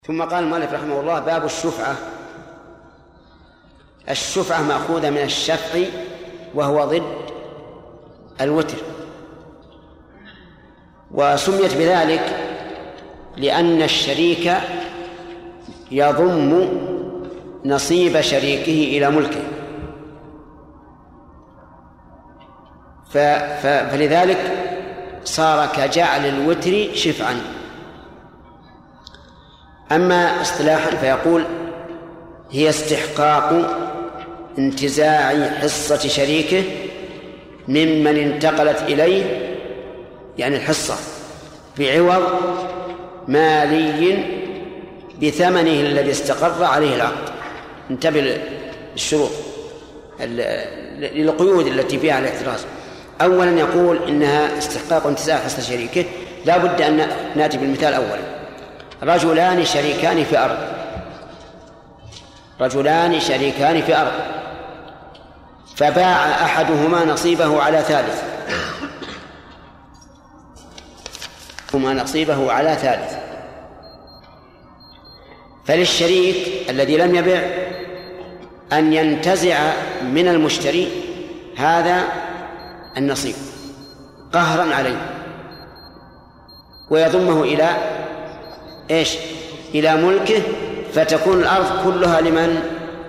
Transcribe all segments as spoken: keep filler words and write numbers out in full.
ثم قال المؤلف رحمه الله: باب الشفعة. الشفعة مأخوذة من الشفع وهو ضد الوتر، وسميت بذلك لأن الشريك يضم نصيب شريكه إلى ملكه، فلذلك صار كجعل الوتر شفعا. أما اصطلاحا فيقول: هي استحقاق انتزاع حصة شريكه ممن انتقلت إليه، يعني الحصة، بعوض مالي بثمنه الذي استقر عليه العقد. انتبه للشروط للقيود التي فيها الاحتراز. أولا يقول إنها استحقاق انتزاع حصة شريكه، لا بد أن نأتي بالمثال أولا: رجلان شريكان في أرض رجلان شريكان في أرض فباع أحدهما نصيبه على ثالث هما نصيبه على ثالث فللشريك الذي لم يبع أن ينتزع من المشتري هذا النصيب قهرا عليه ويضمه إلى إيش؟ إلى ملكه، فتكون الأرض كلها لمن؟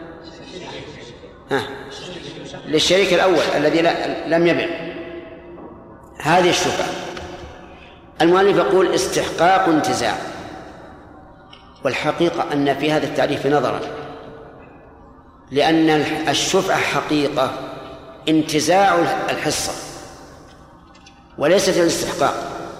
ها. للشريك الأول الذي لم يبع. هذه الشفعة. المؤلف يقول استحقاق انتزاع، والحقيقة أن في هذا التعريف نظرا، لأن الشفعة حقيقة انتزاع الحصة وليست الاستحقاق،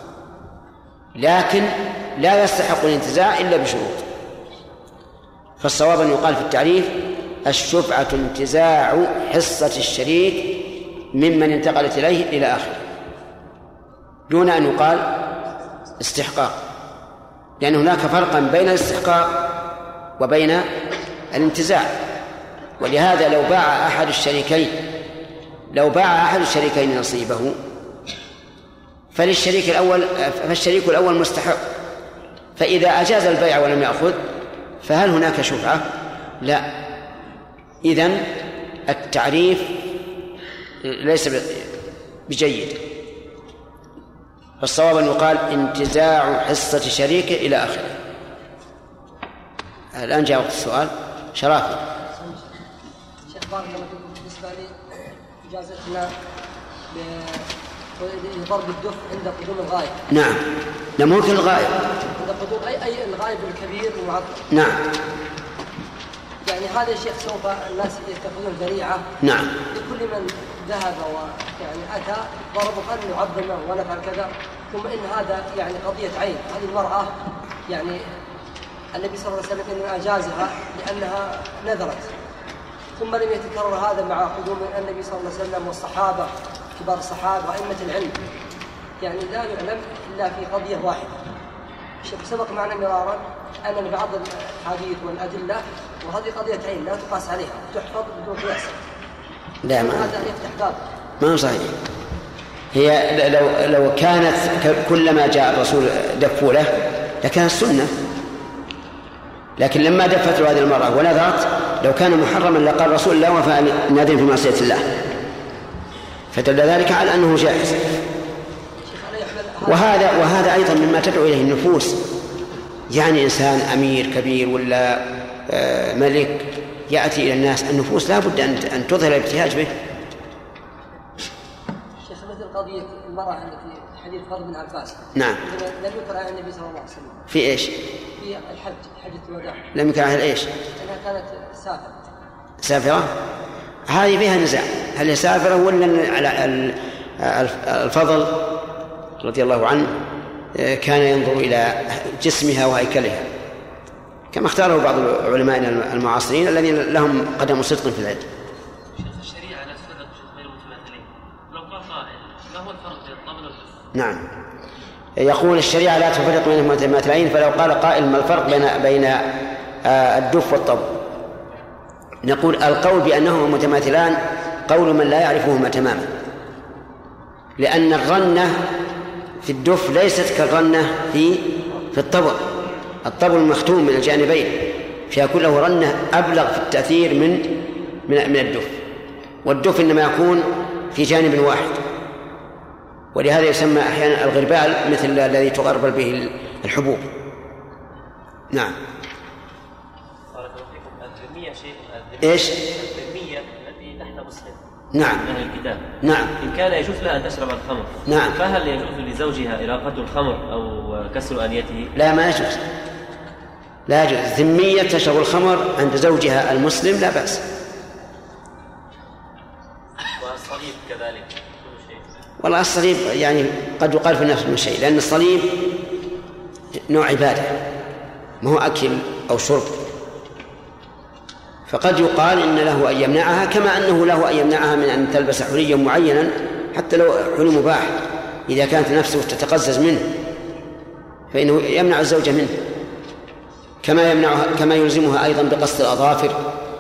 لكن لا يستحق الانتزاع إلا بشروط. فالصواب أن يقال في التعريف: الشفعة انتزاع حصة الشريك ممن انتقلت إليه إلى آخره، دون أن يقال استحقاق، لأن هناك فرقا بين الاستحقاق وبين الانتزاع. ولهذا لو باع أحد الشريكين لو باع أحد الشريكين نصيبه فللشريك الأول فالشريك الأول مستحق، فإذا أجاز البيع ولم يأخذ فهل هناك شفعة؟ لا. إذن التعريف ليس بجيد، فالصواب أن يقال انتزاع حصة شريكه إلى آخره. الآن جاء وقت السؤال. شرافي. شيخ بارك الله فيكم، بالنسبة لي إجازتنا لضرب الدف عند قدوم الغائب. نعم، لملك الغائب. عند قدوم أي أي الغائب الكبير المعظم. نعم. يعني هذا الشيخ سوف الناس يتخذون ذريعة. نعم. لكل من ذهب ويعني أتى ضربه أن يعظمه ونفعل كذا، ثم إن هذا يعني قضية عين. هذه المرأة يعني النبي صلى الله عليه وسلم إنه أجازها لأنها نذرت، ثم لم يتكرر هذا مع قدوم النبي صلى الله عليه وسلم والصحابة كبار الصحابة وأئمة العلم، يعني لا يعلم إلا في قضية واحدة. سبق معنا مرارا أن بعض الحديث والأدلة وهذه قضية عين لا تقاس عليها، تحفظ بدون قياس. لا، ما هذا يفتح باب. ما صحيح. هي لو لو كانت كلما جاء الرسول دفوا له لكان السنة، لكن لما دفت له هذه المرأة ونذرت لو كان محرما لقال الرسول لا وفاء نادم في معصية الله، فدل ذلك على أنه جائز. وهذا وهذا أيضا مما تدعو إليه النفوس، يعني إنسان أمير كبير ولا ملك يأتي إلى الناس، النفوس لا بد أن تظهر الابتهاج به. شيخ مثل قضية المرأة في حديث فضل بن عباس. نعم. لم يذكر عن النبي صلى الله عليه وسلم. في إيش؟ في الحج، حجة الوداع. لم يذكر عن إيش؟ أنها كانت سافرة. سافرة؟ هذه فيها نزاع، هل هي سافرة ولا على الفضل رضي الله عنه كان ينظر إلى جسمها وهيكلها، كما اختاره بعض علمائنا المعاصرين الذين لهم قدم صدق في العلم. شيخ الشريعة لا تفرق غير متماثلين، لو قال قائل ما هو الفرق بين الطبل والدف؟ نعم، يقول الشريعة لا تفرق بين المتماثلين، فلو قال قائل ما الفرق بين بين الدف والطبل، نقول القول بأنهما متماثلان قول من لا يعرفهما تماما، لأن الرنة في الدف ليست كالرنة في في الطبل، الطبل المختوم من الجانبين فيكون له رنة أبلغ في التأثير من من من الدف، والدف إنما يكون في جانب واحد، ولهذا يسمى أحيانا الغربال مثل الذي تغربل به الحبوب. نعم. الذمية شيء إيش؟ الذمية التي تحت مسلم. نعم. من الكتاب. نعم. إن كان يجوز لها أن تشرب الخمر. نعم. فهل يجوز لزوجها إراقة الخمر أو كسر آنيته؟ لا، ما يجوز. لا يجوز. ذمية تشرب الخمر عند زوجها المسلم لا بأس. والصليب كذلك كل شيء. والله الصليب يعني قد يقال في نفس الشيء، لأن الصليب نوع عبادة ما هو أكل أو شرب، فقد يقال إن له أن يمنعها كما أنه له أن يمنعها من أن تلبس حليا معينا حتى لو حلي مباح إذا كانت نفسه تتقزز منه، فإنه يمنع الزوجة منه كما يمنعها كما يلزمها أيضا بقص الأظافر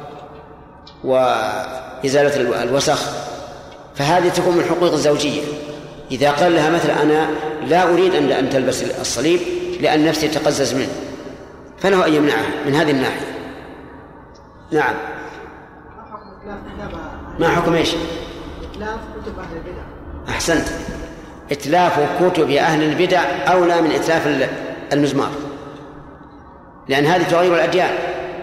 وإزالة الوسخ. فهذه تكون من حقوق الزوجية. إذا قال لها مثلا أنا لا أريد أن تلبس الصليب لأن نفسي تقزز منه فله أن يمنعها من هذه الناحية. نعم. ما حكم إيش؟ إتلاف كتب أهل البدع. أحسنت. إتلاف كتب أهل البدع أولى من إتلاف المزمار، لأن هذه تغير الأديان.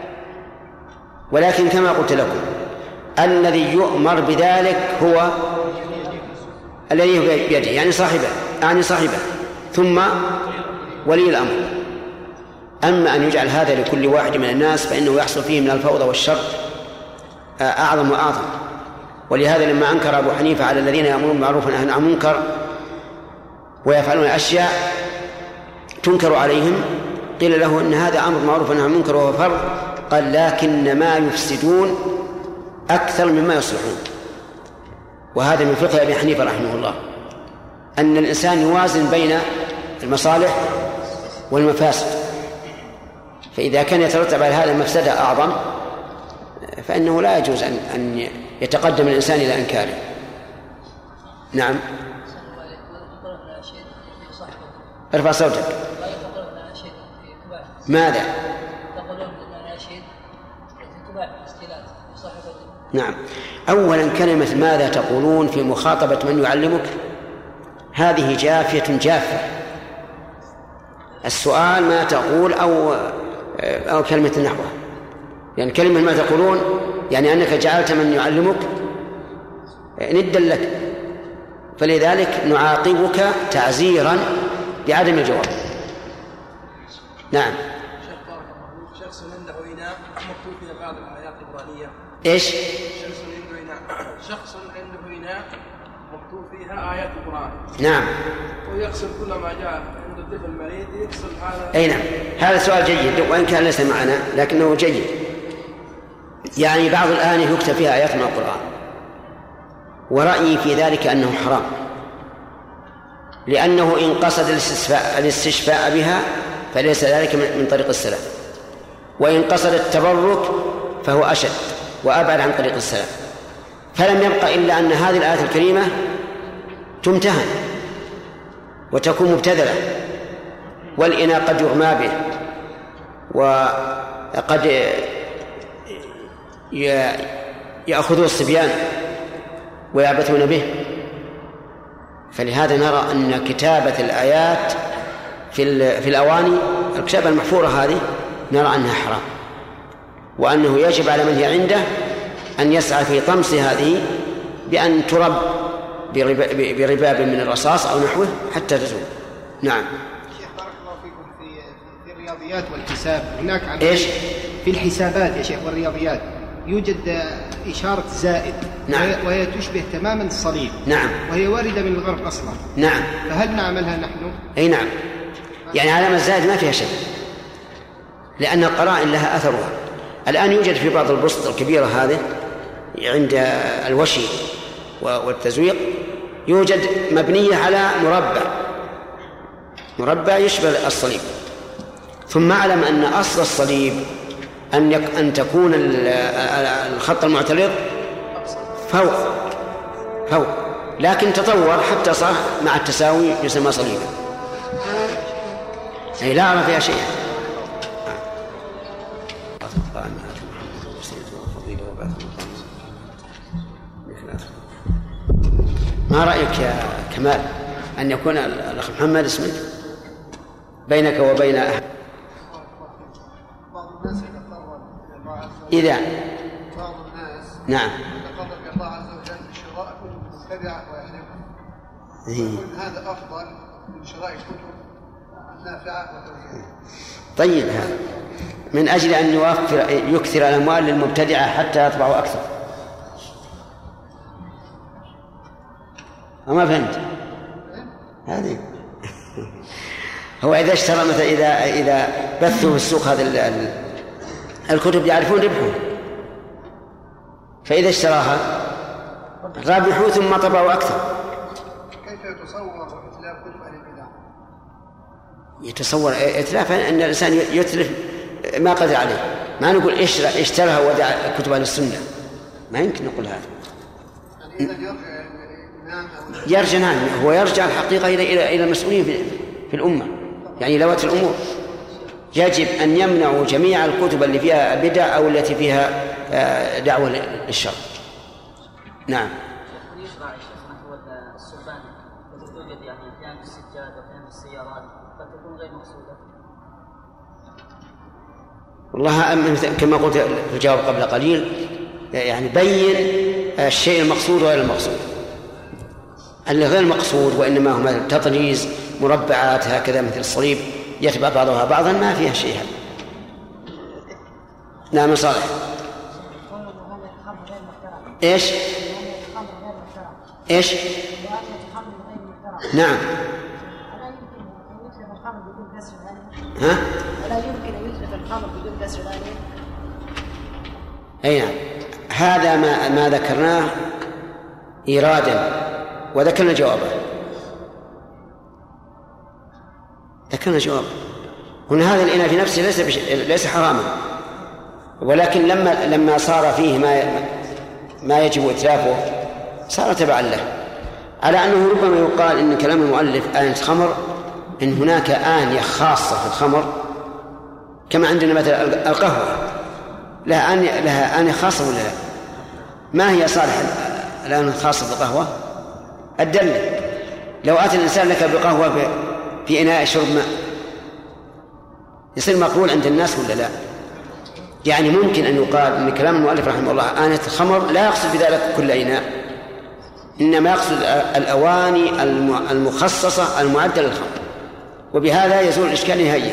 ولكن كما قلت لكم الذي يؤمر بذلك هو الذي هو بيده، يعني صاحبه يعني صاحبه ثم ولي الأمر. أما أن يجعل هذا لكل واحد من الناس فإنه يحصل فيه من الفوضى والشر أعظم وأعظم. ولهذا لما أنكر أبو حنيفة على الذين يأمرون بالمعروف وينهون عن المنكر ويفعلون أشياء تنكر عليهم قيل له إن هذا أمر معروف ونهي عن المنكر وهو فرض، قال لكن ما يفسدون أكثر مما يصلحون. وهذا من فقه أبي حنيفة رحمه الله، أن الإنسان يوازن بين المصالح والمفاسد، فإذا كان يترتب على هذا المفسدة أعظم فإنه لا يجوز أن يتقدم الإنسان إلى إنكاره. نعم. ارفع صوتك. ماذا؟ نعم. أولا كلمة ماذا تقولون في مخاطبة من يعلمك هذه جافية جافة. السؤال ما تقول أو أو كلمة نحوه، يعني كلمة ما تقولون يعني أنك جعلت من يعلمك ندا لك، فلذلك نعاقبك تعزيرا بعدم الجواب. نعم. شخص عنده إناء مكتوب فيه بعض الآيات القرآنية. إيش؟ شخص عنده إناء شخص عنده إناء مكتوب فيها آيات القرآن. نعم. ويغسل كل ما جاء عند الطفل المريض يغسل هذا. أي نعم. هذا سؤال جيد وإن كان ليس معنا لكنه جيد. يعني بعض الآن يكتب فيها آيات من القرآن، ورأيي في ذلك أنه حرام، لأنه إن قصد الاستشفاء, الاستشفاء بها فليس ذلك من طريق السلف، وإن قصد التبرك فهو أشد وأبعد عن طريق السلف. فلم يبقى إلا أن هذه الآية الكريمة تمتهن وتكون مبتذلة، والإناء قد يغمى به وقد يأخذه الصبيان ويعبثون به. فلهذا نرى أن كتابة الآيات في في الأواني الكتابة المحفورة هذه نرى أنها حرام، وأنه يجب على من هي عنده أن يسعى في طمس هذه بأن ترب برباب من الرصاص أو نحوه حتى تزول. نعم. شيخ بارك الله فيكم في في الرياضيات والحساب هناك عن إيش؟ في الحسابات يا شيخ والرياضيات يوجد إشارة زائد. نعم. وهي تشبه تماما الصليب. نعم. وهي واردة من الغرب أصلا. نعم. فهل نعملها نحن؟ أي نعم. يعني علامة الزائد ما فيها شيء، لأن القرائن لها أثرها. الآن يوجد في بعض البسط الكبيرة هذه عند الوشي والتزويق يوجد مبنية على مربع مربع يشبه الصليب. ثم أعلم أن أصل الصليب أن يك أن تكون الخط المعترض فوق فوق لكن تطور حتى صار مع التساوي يسمى صليبا. أي لا أرى فيها شيء. مقام وفضيلة وبعث ما رأيك يا كمال أن يكون الأخ محمد اسمك بينك وبين أحد؟ بعض الناس يتقرب الله عز وجل. إذا بعض الناس نعم يتقرب إلى الله عز وجل بشراء كتب مبتدعة ويحرمها. ويكون هذا أفضل من شراء كتب نافعة وتوزيعها. طيب، هذا من أجل أن يوفر يكثر الأموال للمبتدعة حتى يطبعوا أكثر. وما فهمت هذه. هو إذا اشترى مثلا إذا إذا بثوا في السوق هذه الكتب يعرفون ربحه، فإذا اشتراها ربحوا ثم طبعوا أكثر. كيف يتصور إتلاف كتب أهل البدع؟ يتصور إتلاف أن الإنسان يتلف ما قدر عليه. ما نقول اشترى اشتراها ودع كتب أهل السنة، ما يمكن نقول هذا. يعني إذا يرجع الإمام أو يرجع نعم هو يرجع الحقيقة إلى إلى إلى المسؤولين في, في الأمة، يعني لولاة الأمور. يجب أن يمنعوا جميع الكتب اللي فيها بدع أو التي فيها دعوة للشر. نعم. يشرع يا شيخ نحو السلبان التي توجد يعني أحيانا في السجاد وأحيانا في السيارات قد تكون غير مقصودة. والله كما قلت في الجواب قبل قليل، يعني بين الشيء المقصود وغير المقصود. اللي غير مقصود وإنما هو مثل تطريز مربعات هكذا مثل الصليب يتبع بعضها بعضا ما فيها شيء. نعم صالح. ايش ايش نعم ها ولا يمكن أن يتلف الخمر بدون كسر العين. أي نعم، هذا ما ما ذكرناه إرادا وذكرنا جوابه. ذكرنا جوابه هنا. هذا الإناء في نفسه ليس بش... ليس حراما، ولكن لما لما صار فيه ما ما يجب إتلافه صار تبعا له. على أنه ربما يقال إن كلام المؤلف آنية خمر، إن هناك آنية خاصة في الخمر كما عندنا مثلا القهوة لها آنية لها آنية خاصة ولا لا؟ ما هي صالح الآن الخاصة بالقهوة؟ الدلة. لو أتى الإنسان لك بقهوة في إناء شرب ماء يصير مقبول عند الناس ولا لا؟ يعني ممكن أن يقال إن كلام المؤلف رحمه الله آنية الخمر لا يقصد بذلك كل إناء، إنما يقصد الأواني المخصصة المعدة للخمر، وبهذا يزول الإشكال نهائيا.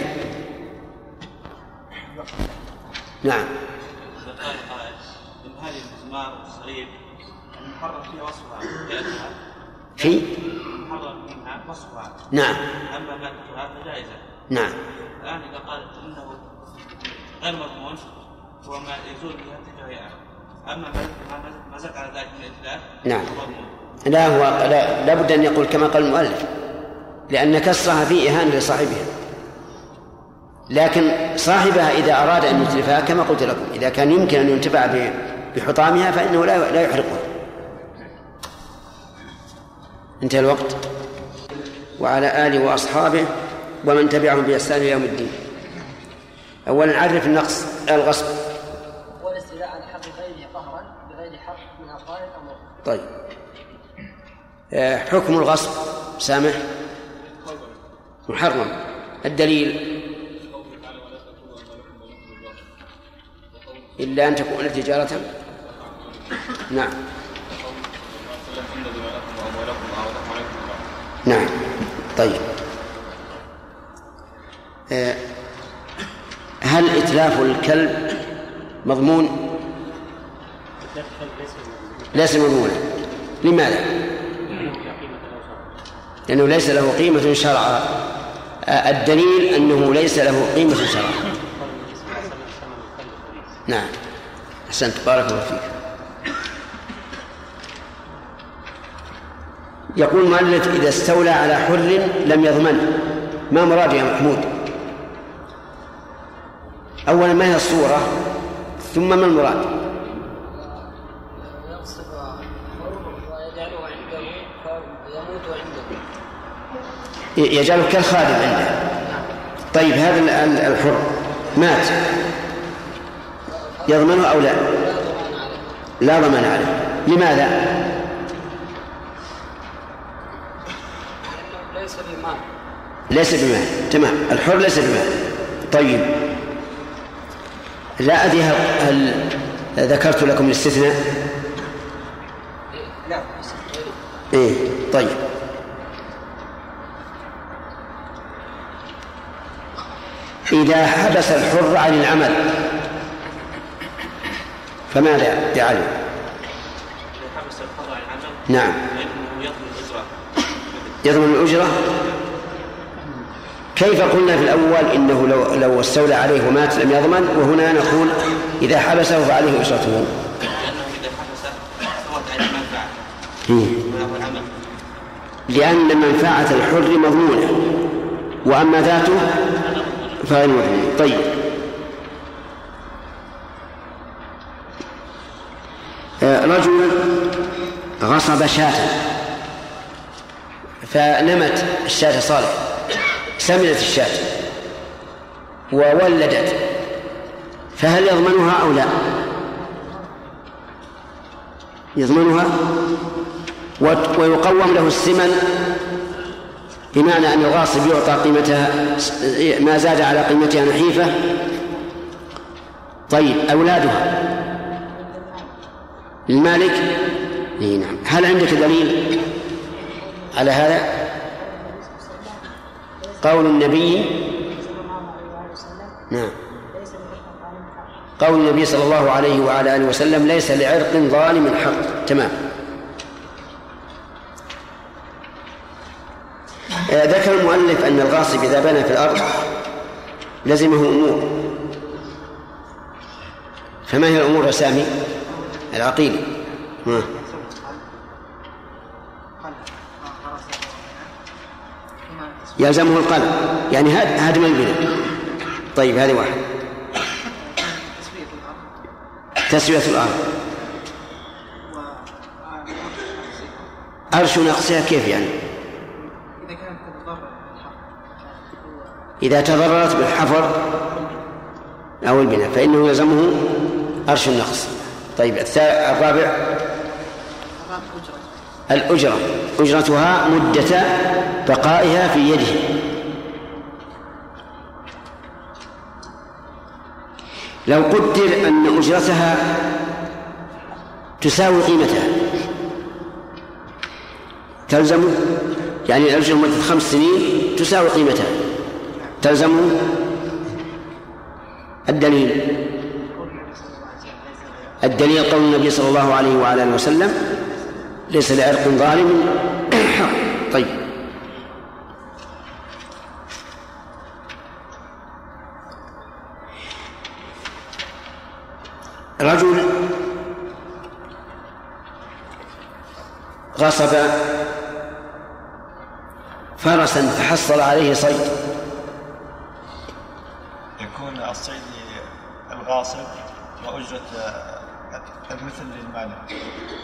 نعم. إذا قال قائل إن هذه المزمار والصغير المحرم فيها وصفها جائزة في المحرم منها وصفها نعم، أما مادتها فجائزة. نعم. الآن إذا قال إنه غير مضمون هو ما يزول بها التجارية، أما ما زاد على ذلك من الإتلاف نعم لا هو لا لابد أن يقول كما قال المؤلف، لأن كسرها فيه إهانة لصاحبها. لكن صاحبها إذا أراد أن يتلفها كما قلت لكم إذا كان يمكن أن ينتفع بحطامها فإنه لا لا يحرقها. انتهى الوقت. وعلى آله وأصحابه ومن تبعهم بإحسان إلى يوم الدين. أولا عرف النقص الغصب والاستيلاء على حق غيره قهرا بغير حق من أقوال الأمر. طيب حكم الغصب سامح محرم. الدليل إلا أن تكون تجارة. نعم نعم. طيب هل إتلاف الكلب مضمون؟ ليس مضمونا. لماذا؟ لأنه ليس له قيمة شرعا. الدليل أنه ليس له قيمة شرعا. نعم أحسنت بارك الله فيك. يقول المؤلف إذا استولى على حر لم يضمنه، ما مراد يا محمود؟ أولا ما هي الصورة ثم ما المراد؟ يغصب حر ويجعله عنده فيموت عنده، يجعله كالخادم عنده. طيب هذا الحر مات يضمنه أو لا؟ لا ضمان عليه. لماذا؟ ليس بمال. ليس بمال. تمام. الحر ليس بمال. طيب لا أدري هل ذكرت لكم الاستثناء؟ لا. إيه طيب. إذا حبس الحر عن العمل فماذا يعلم؟ إذا حبس الحر عن العمل نعم فإنه يضمن الأجرة. يضمن الأجرة. كيف قلنا في الأول إنه لو, لو استولى عليه ومات لم يضمن، وهنا نقول إذا حبسه فعليه أجرته؟ لأنه إذا حبس صارت عليه منفعة وله العمل. لأن منفعة الحر مضمونة وأما ذاته فغير مضمونة. طيب رجل غصب شاة فنمت الشاة صالح، سمنت الشاة وولدت، فهل يضمنها أو لا؟ يضمنها ويقوم له السمن، بمعنى أن الغاصب يعطى قيمتها ما زاد على قيمتها نحيفة. طيب أولادها للمالك؟ إيه نعم. هل عندك دليل على هذا؟ قول النبي نعم قول النبي صلى الله عليه وعلى آله وسلم ليس لعرق ظالم حق. تمام. ذكر المؤلف أن الغاصب إذا بنى في الأرض لزمه أمور، فما هي الأمور يا سامي العقيل؟ ما. يلزمه القلب يعني هدم البناء. طيب هذه واحد. تسوية الأرض. أرش نقصها كيف يعني؟ إذا تضررت بالحفر أو البناء فإنه يلزمه أرش النقص. طيب الرابع الأجرة، أجرتها مدة بقائها في يده. لو قدر أن أجرتها تساوي قيمتها تلزم، يعني الأجرة مدة خمس سنين تساوي قيمتها تلزم. الدليل الدليل قول النبي صلى الله عليه وعلى آله وسلم ليس لعرق ظالم حق. طيب رجل غصب فرسا فحصل عليه صيد. يكون الصيد الغاصب وأجرة المثل للمالك،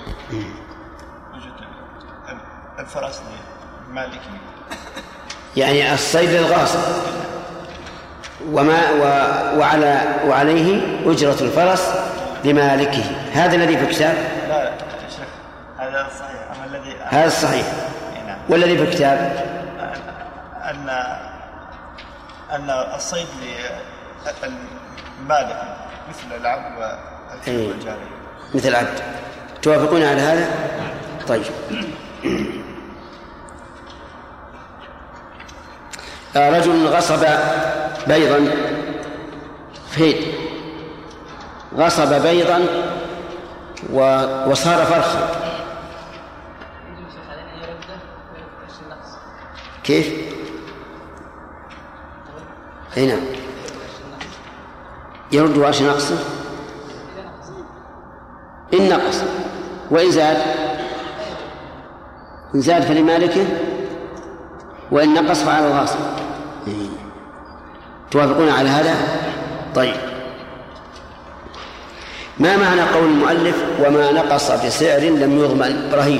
أجرة الفرس للمالك، يعني الصيد للغاصب وما و... وعلى وعليه أجرة الفرس لمالكه. هذا الذي في الكتاب؟ لا لا شيخ هذا الصحيح. أما الذي هذا الصحيح. والذي في الكتاب أن أن الصيد للمالك مثل العبد والجارية. مثل العبد. توافقون على هذا؟ طيب رجل غصب بيضا فيد غصب بيضا وصار فرخا. كيف؟ هنا يرد وارش نقصه إن نقص، وإن زاد إن زاد فلمالكه، وإن نقص فعلى الغاصب. توافقون على هذا؟ طيب ما معنى قول المؤلف وما نقص بسعر لم يضمن؟ إبراهيم.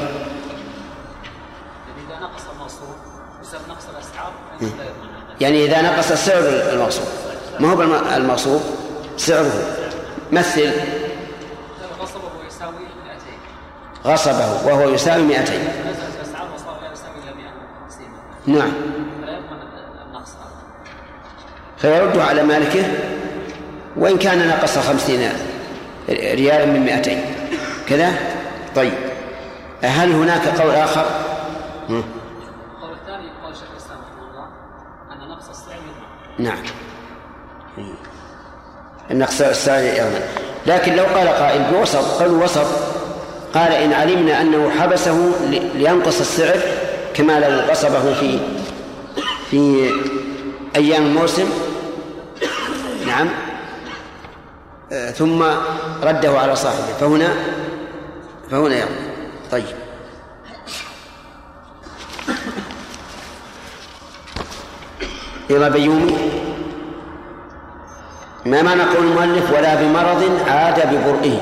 إذا نقص الموصول بسبب نقص الأسعار يعني إذا نقص السعر الموصول، ما هو الموصول سعره. مثل. غصبه يساوي مئتين. غصبه وهو يساوي مئتين. نزلت الأسعار وصار لا يساوي إلا مئة. نعم. فلا يضمن النقص. فيرد على مالكه وإن كان نقص خمسين ريالا من مئتين كذا. طيب هل هناك قول آخر؟ القول الثاني قول شيخ الإسلام رحمه الله أن نقص السعر يضمن. نعم النقص السعر يضمن. لكن لو قال قائل بوسط، قال وسط، قال إن علمنا أنه حبسه لينقص السعر كما لو قصبه في في أيام الموسم، نعم، ثم رده على صاحبه فهنا فهنا يضمن. طيب يلا بيومي ما معنى قول المؤلف ولا بمرض عاد ببرئه؟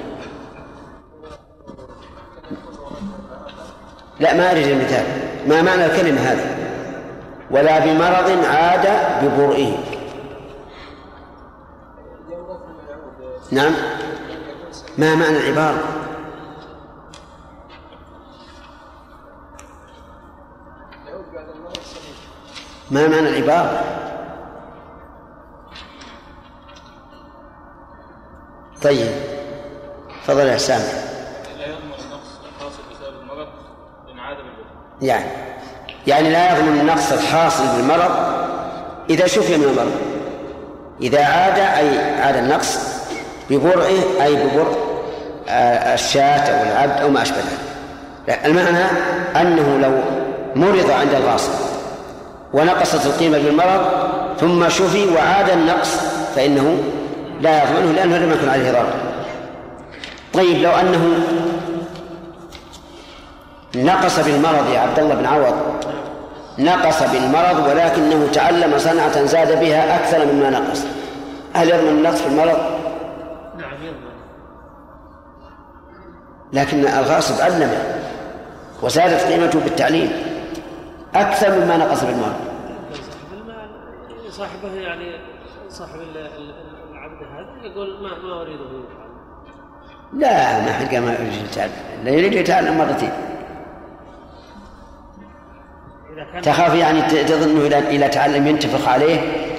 لا ما أريد المثال. ما معنى الكلمة هذه ولا بمرض عاد ببرئه؟ نعم ما معنى العبارة؟ ما معنى العبارة؟ طيب فضل يا سامي. لا يضمن النقص الحاصل بسبب المرض إن عاد بالبرء. يعني يعني لا يضمن النقص الحاصل بالمرض إذا شفي من المرض. إذا عاد أي عاد النقص ببرئه أي ببرء الشاة أو العبد أو ما أشبه ذلك. المعنى أنه لو مرض عند الغاصب ونقصت القيمة بالمرض ثم شفي وعاد النقص فإنه لا يضمنه لأنه لم يكن عليه ضرر. طيب لو أنه نقص بالمرض يا عبد الله بن عوض، نقص بالمرض ولكنه تعلم صنعة زاد بها أكثر مما نقص، هل يضمن النقص بالمرض؟ نعم يضمن. لكن الغاصب علمه وزادت قيمته بالتعليم أكثر مما نقص بالمرض. صاحبه يعني صاحب العبد هذا يقول ما ما أريده يتعلم. لا ما حقا ما يريد يتعلم، لا يريد يتعلم مرتين. تخاف يعني تظنه إلى إلى تعلم ينتفخ عليه.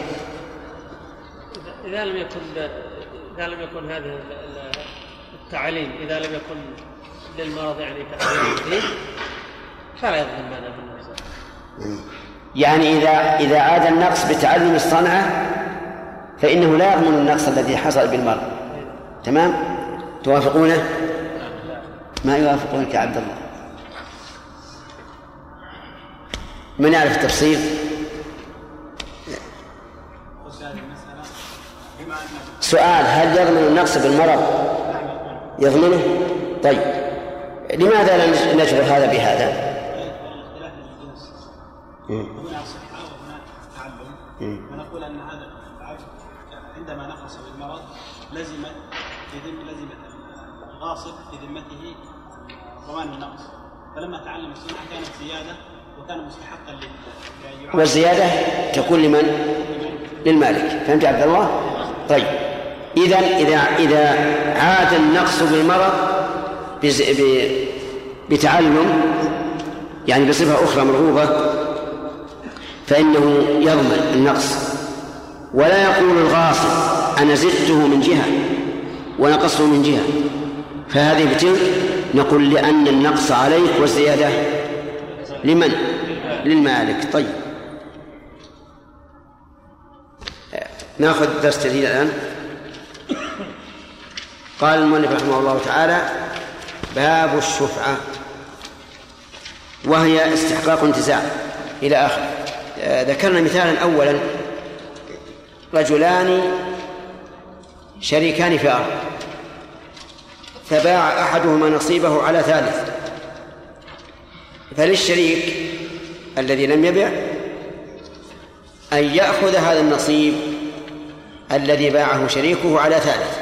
إذا لم يكن إذا لم يكن هذا التعليم إذا لم يكن للمرض يعني تعليم جديد فلا يضمن معناه بالنقص. يعني إذا إذا عاد النقص بتعلم الصنعة فإنه لا يضمن النقص الذي حصل بالمرض. تمام؟ توافقونه؟ ما يوافقونك يا عبد الله؟ من يعرف التفصيل؟ سؤال: هل يضمن النقص بالمرض؟ يضمنه؟ طيب لماذا لا نجبر هذا بهذا؟ هنا صحة وهنا تعلم، ونقول أن هذا العبد عندما نقص بالمرض لزم لزم الغاصب في ذمته ضمان النقص، فلما تعلم الصنعة كانت زيادة وكان مستحقا لل والزيادة تكون لمن؟ للمالك. فهمت عبد الله؟ طيب إذا إذا إذا عاد النقص بالمرض بتعلم يعني بصفة أخرى مرغوبة فإنه يضمن النقص، ولا يقول الغاصب أنا زدته من جهة ونقصته من جهة، فهذه بتلك نقول لأن النقص عليك والزيادة لمن؟ للمالك. طيب نأخذ درس جديد الآن. قال المؤلف رحمه الله تعالى: باب الشفعة، وهي استحقاق انتزاع إلى آخر. ذكرنا مثالا أولا: رجلان شريكان في أرض، فباع أحدهما نصيبه على ثالث، فللشريك الذي لم يبع أن يأخذ هذا النصيب الذي باعه شريكه على ثالث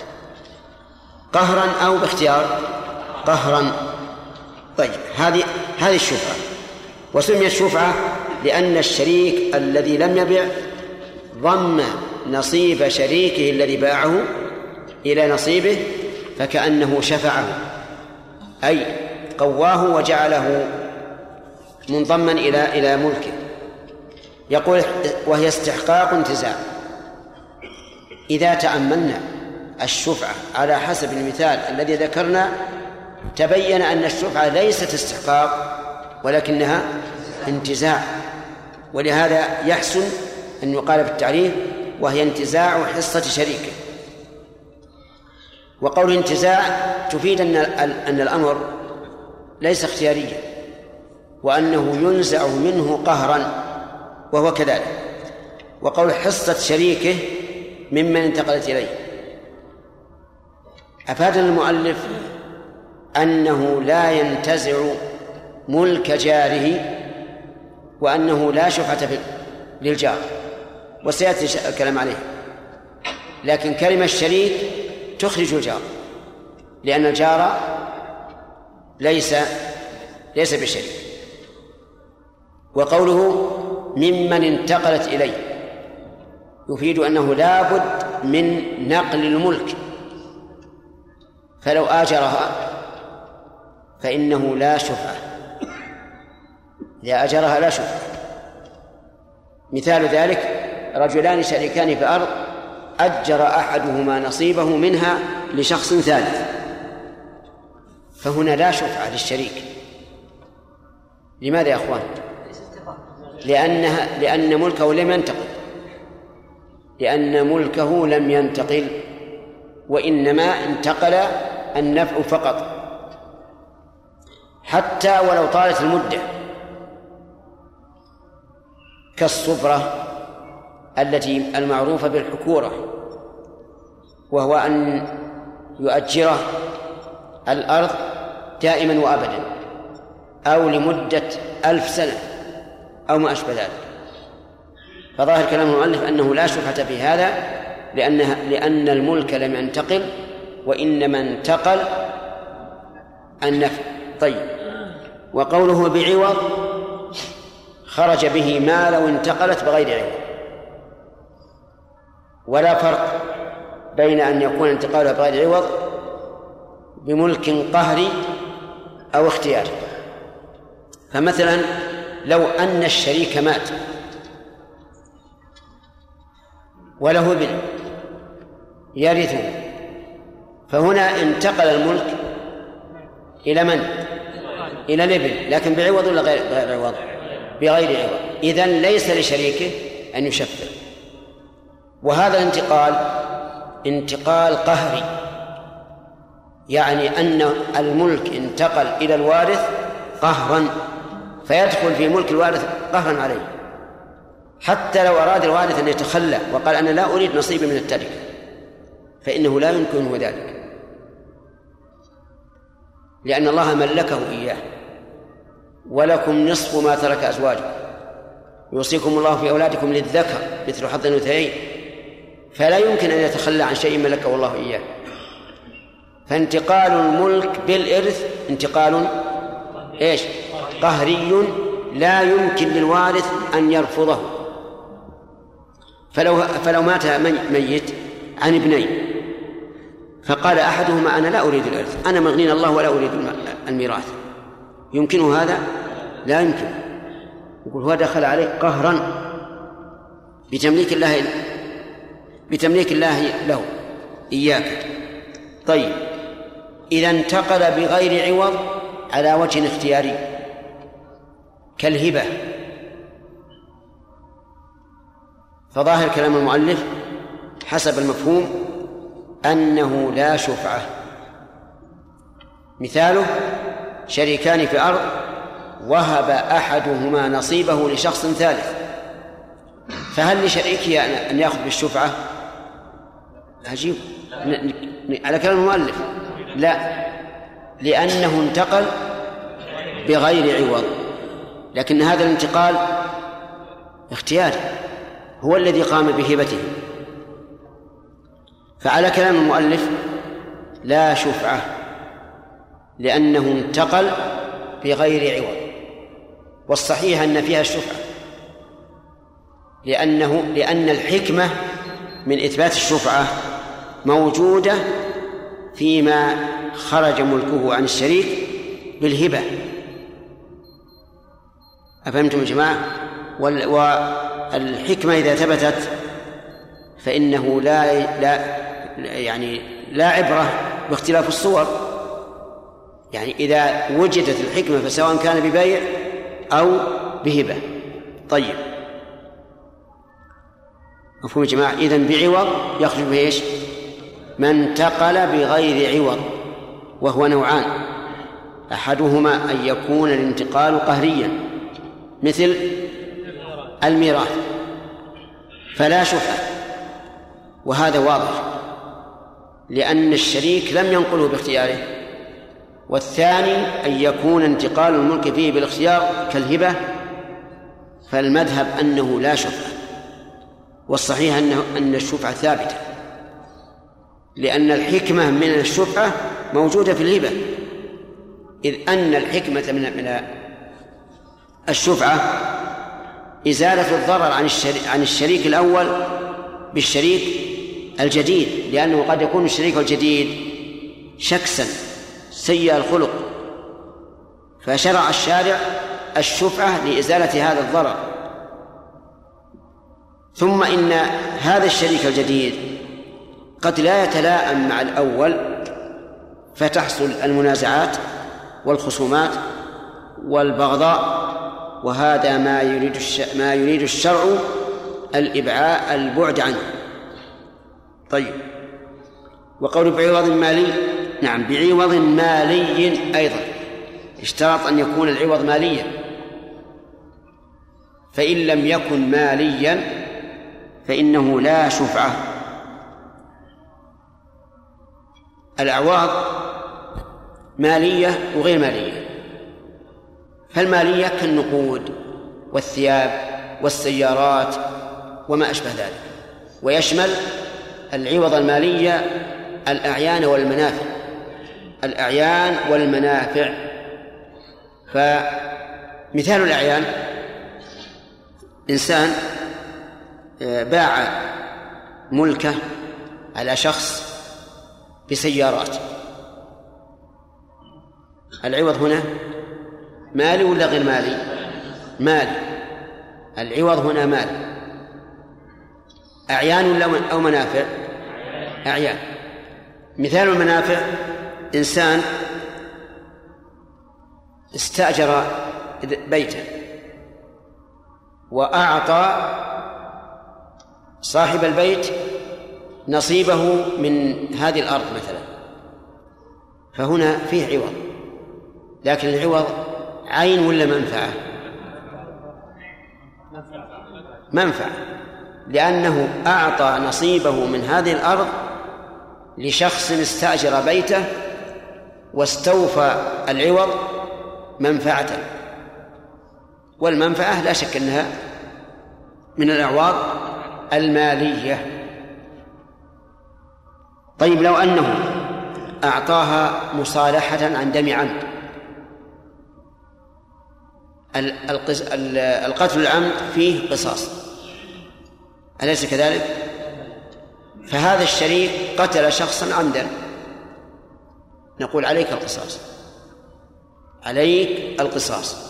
قهرا أو باختيار. قهرا. طيب هذه هذه الشفعة، وسميت شفعة لأن الشريك الذي لم يبع ضم نصيب شريكه الذي باعه إلى نصيبه فكأنه شفعه، أي قواه وجعله منضما إلى إلى ملكه. يقول وهي استحقاق انتزاع. إذا تأملنا الشفعة على حسب المثال الذي ذكرنا تبين أن الشفعة ليست استحقاق ولكنها انتزاع، ولهذا يحسن أن يقال في التعريف وهي انتزاع حصة شريكه. وقول انتزاع تفيد أن أن الأمر ليس اختياريا وأنه ينزع منه قهرا، وهو كذلك. وقول حصة شريكه ممن انتقلت إليه أفادنا المؤلف أنه لا ينتزع ملك جاره وأنه لا شفعة للجار، وسيأتي الكلام عليه. لكن كلمة الشريك تخرج الجار لأن الجار ليس ليس بشريك. وقوله ممن انتقلت إليه يفيد أنه لا بد من نقل الملك، فلو آجرها فإنه لا شفعة، إذا أجرها لا شفعة. مثال ذلك رجلان شريكان في أرض أجر أحدهما نصيبه منها لشخص ثالث، فهنا لا شفعة للشريك. لماذا يا أخوان؟ لأنها لأن ملكه لم ينتقل لأن ملكه لم ينتقل وإنما انتقل النفع فقط، حتى ولو طالت المدة، كالصفرة التي المعروفة بالحكورة، وهو أن يؤجره الأرض دائما وأبدا أو لمدة ألف سنة أو ما أشبه ذلك. فظاهر كلام المؤلف أنه لا شفعة في هذا لأنها لأن الملك لم ينتقل وإنما انتقل النفع. طيب، وقوله بعوض خرج به ما لو انتقلت بغير عوض، ولا فرق بين أن يكون انتقالها بغير عوض بملك قهري أو اختياري. فمثلا لو أن الشريك مات وله ابن يرثه، فهنا انتقل الملك إلى من؟ إلى الابن، لكن بعوض ولا غير عوض؟ بغير عوض. إذن ليس لشريكه أن يشفع. وهذا الانتقال انتقال قهري، يعني أن الملك انتقل إلى الوارث قهرا، فيدخل في ملك الوارث قهرا عليه، حتى لو أراد الوارث أن يتخلى وقال أنا لا أريد نصيبي من التركة فإنه لا يمكنه ذلك، لأن الله ملكه إياه. ولكم نصف ما ترك أزواجكم يوصيكم الله في أولادكم للذكر مثل حظ الأنثيين، فلا يمكن أن يتخلى عن شيء ملكه الله إياه. فانتقال الملك بالإرث انتقال إيش؟ قهري لا يمكن للوارث أن يرفضه. فلو فلو مات ميت عن ابنين فقال أحدهما أنا لا أريد الإرث، أنا مغنين الله ولا أريد الميراث، يمكنه هذا؟ لا يمكن. يقول هو دخل عليه قهرا بتمليك الله بتمليك الله له إياك. طيب، إذا انتقل بغير عوض على وجه اختياري كالهبة، فظاهر كلام المؤلف حسب المفهوم أنه لا شفعة. مثاله شريكان في أرض وهب أحدهما نصيبه لشخص ثالث، فهل لشريكه أن يأخذ بالشفعة؟ عجيب على كلام المؤلف، لا، لأنه انتقل بغير عوض، لكن هذا الانتقال اختياري، هو الذي قام بهبته. فعلى كلام المؤلف لا شفعة لأنه انتقل بغير عوض، والصحيح أن فيها الشفعة، لأنه لأن الحكمة من إثبات الشفعة موجودة فيما خرج ملكه عن الشريك بالهبة. أفهمتم يا جماعة؟ والحكمة إذا ثبتت فإنه لا لا يعني لا عبرة باختلاف الصور. يعني إذا وجدت الحكمة فسواء كان ببيع أو بهبة. طيب مفهوم يا جماعة؟ إذن بعوض يخرج به إيش؟ ما انتقل بغير عوض، وهو نوعان: أحدهما أن يكون الانتقال قهريا مثل الميراث فلا شفعة، وهذا واضح لأن الشريك لم ينقله باختياره. والثاني أن يكون انتقال الملك فيه بالاختيار كالهبة، فالمذهب أنه لا شفعة، والصحيح أنه أن الشفعة ثابتة، لأن الحكمة من الشفعة موجودة في الهبة، إذ أن الحكمة من من الشفعة إزالة الضرر عن الشريك, عن الشريك الأول بالشريك الجديد، لأنه قد يكون الشريك الجديد شخصا سيء الخلق، فشرع الشارع الشفعة لإزالة هذا الضرر. ثم إن هذا الشريك الجديد قد لا يتلائم مع الأول، فتحصل المنازعات والخصومات والبغضاء، وهذا ما يريد ما يريد الشرع الإبعاء البعد عنه. طيب، وقول بعوض مالي، نعم بعوض مالي أيضا اشترط أن يكون العوض ماليا، فإن لم يكن ماليا فإنه لا شفعة. الأعواض مالية وغير مالية، فالمالية كالنقود والثياب والسيارات وما أشبه ذلك، ويشمل العوض المالية الأعيان والمنافع الأعيان والمنافع فمثال الأعيان: إنسان باع ملكه على شخص بسيارات، العوض هنا مالي ولا غير مالي؟ مالي. العوض هنا مالي. أعيان ولا أو منافع؟ أعيان. مثال المنافع: إنسان استأجر بيتا وأعطى صاحب البيت نصيبه من هذه الأرض مثلا، فهنا فيه عوض، لكن العوض عين ولا منفعة؟ منفعة، لأنه أعطى نصيبه من هذه الأرض لشخص استأجر بيته واستوفى العوض منفعة، والمنفعة لا شك أنها من الأعواض المالية. طيب، لو أنه أعطاها مصالحة عن دم عمد، القتل العمد فيه قصاص، أليس كذلك؟ فهذا الشريك قتل شخصا عمدا، نقول عليك القصاص، عليك القصاص.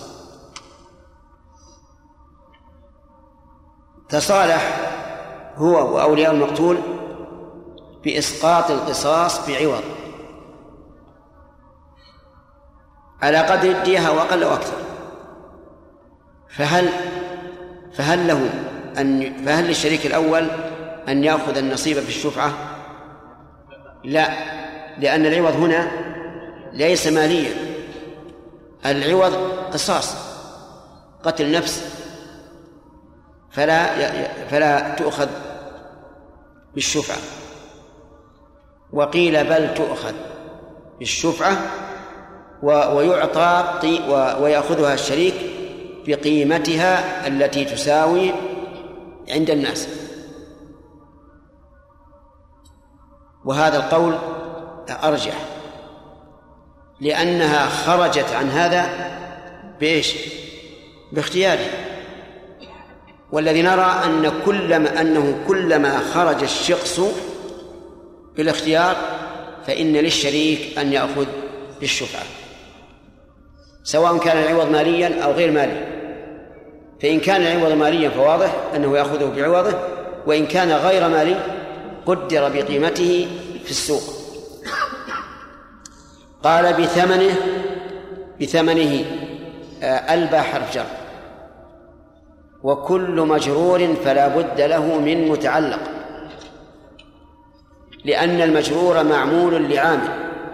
تصالح هو وأولياء المقتول بإسقاط القصاص بعوض على قدر الدية وأقل أو أكثر، فهل فهل له أن فهل للشريك الأول أن يأخذ النصيب في الشفعة؟ لا، لأن العوض هنا ليس ماليا، العوض قصاص، قتل نفس، فلا فلا تؤخذ بالشفعة. وقيل بل تؤخذ بالشفعة ويعطى ويأخذها الشريك بقيمتها التي تساوي عند الناس، وهذا القول أرجح، لأنها خرجت عن هذا بإيش؟ باختياره. والذي نرى أن كلما أنه كلما خرج الشخص بالاختيار فإن للشريك أن يأخذ بالشفعة سواء كان العوض ماليا أو غير مالي. فإن كان العوض ماليا فواضح أنه يأخذه بعوضه، وإن كان غير مالي قدر بقيمته في السوق. قال بثمنه بثمنه ألبى حرف جر، وكل مجرور فلا بد له من متعلق، لأن المجرور معمول لعامل،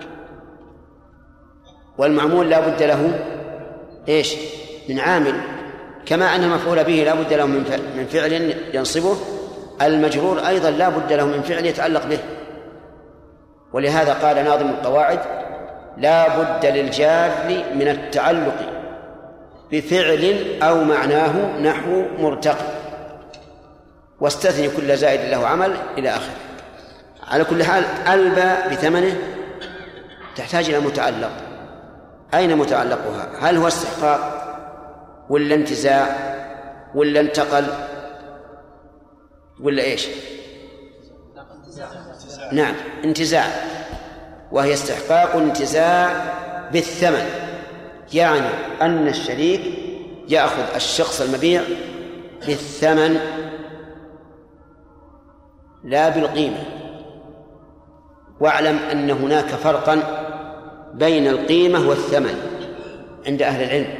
والمعمول لا بد له إيش؟ من عامل، كما أن المفعول به لا بد له من فعل ينصبه، المجرور أيضا لا بد له من فعل يتعلق به. ولهذا قال ناظم القواعد: لا بد للجار من التعلق بفعل أو معناه نحو مرتقي، واستثني كل زائد له عمل إلى آخره. على كل حال ألبى بثمنه تحتاج إلى متعلق. أين متعلقها؟ هل هو استحقاق ولا انتزاع ولا انتقل ولا إيش؟ نعم انتزاع، وهي استحقاق انتزاع بالثمن، يعني أن الشريك يأخذ الشخص المبيع بالثمن لا بالقيمة. واعلم أن هناك فرقا بين القيمة والثمن عند أهل العلم.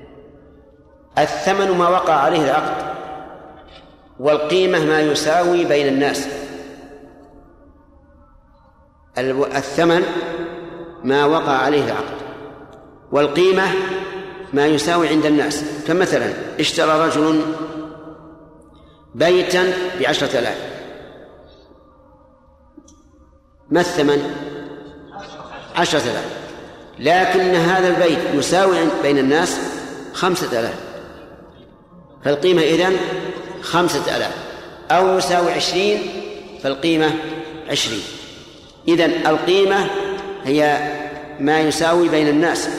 الثمن ما وقع عليه العقد، والقيمة ما يساوي بين الناس. الثمن ما وقع عليه العقد، والقيمة ما يساوي عند الناس. فمثلا اشترى رجل بيتا بعشرة آلاف، ما الثمن؟ عشرة آلاف، لكن هذا البيت يساوي بين الناس خمسة آلاف، فالقيمة إذن خمسة آلاف، أو يساوي عشرين فالقيمة عشرين. إذن القيمة هي ما يساوي بين الناس،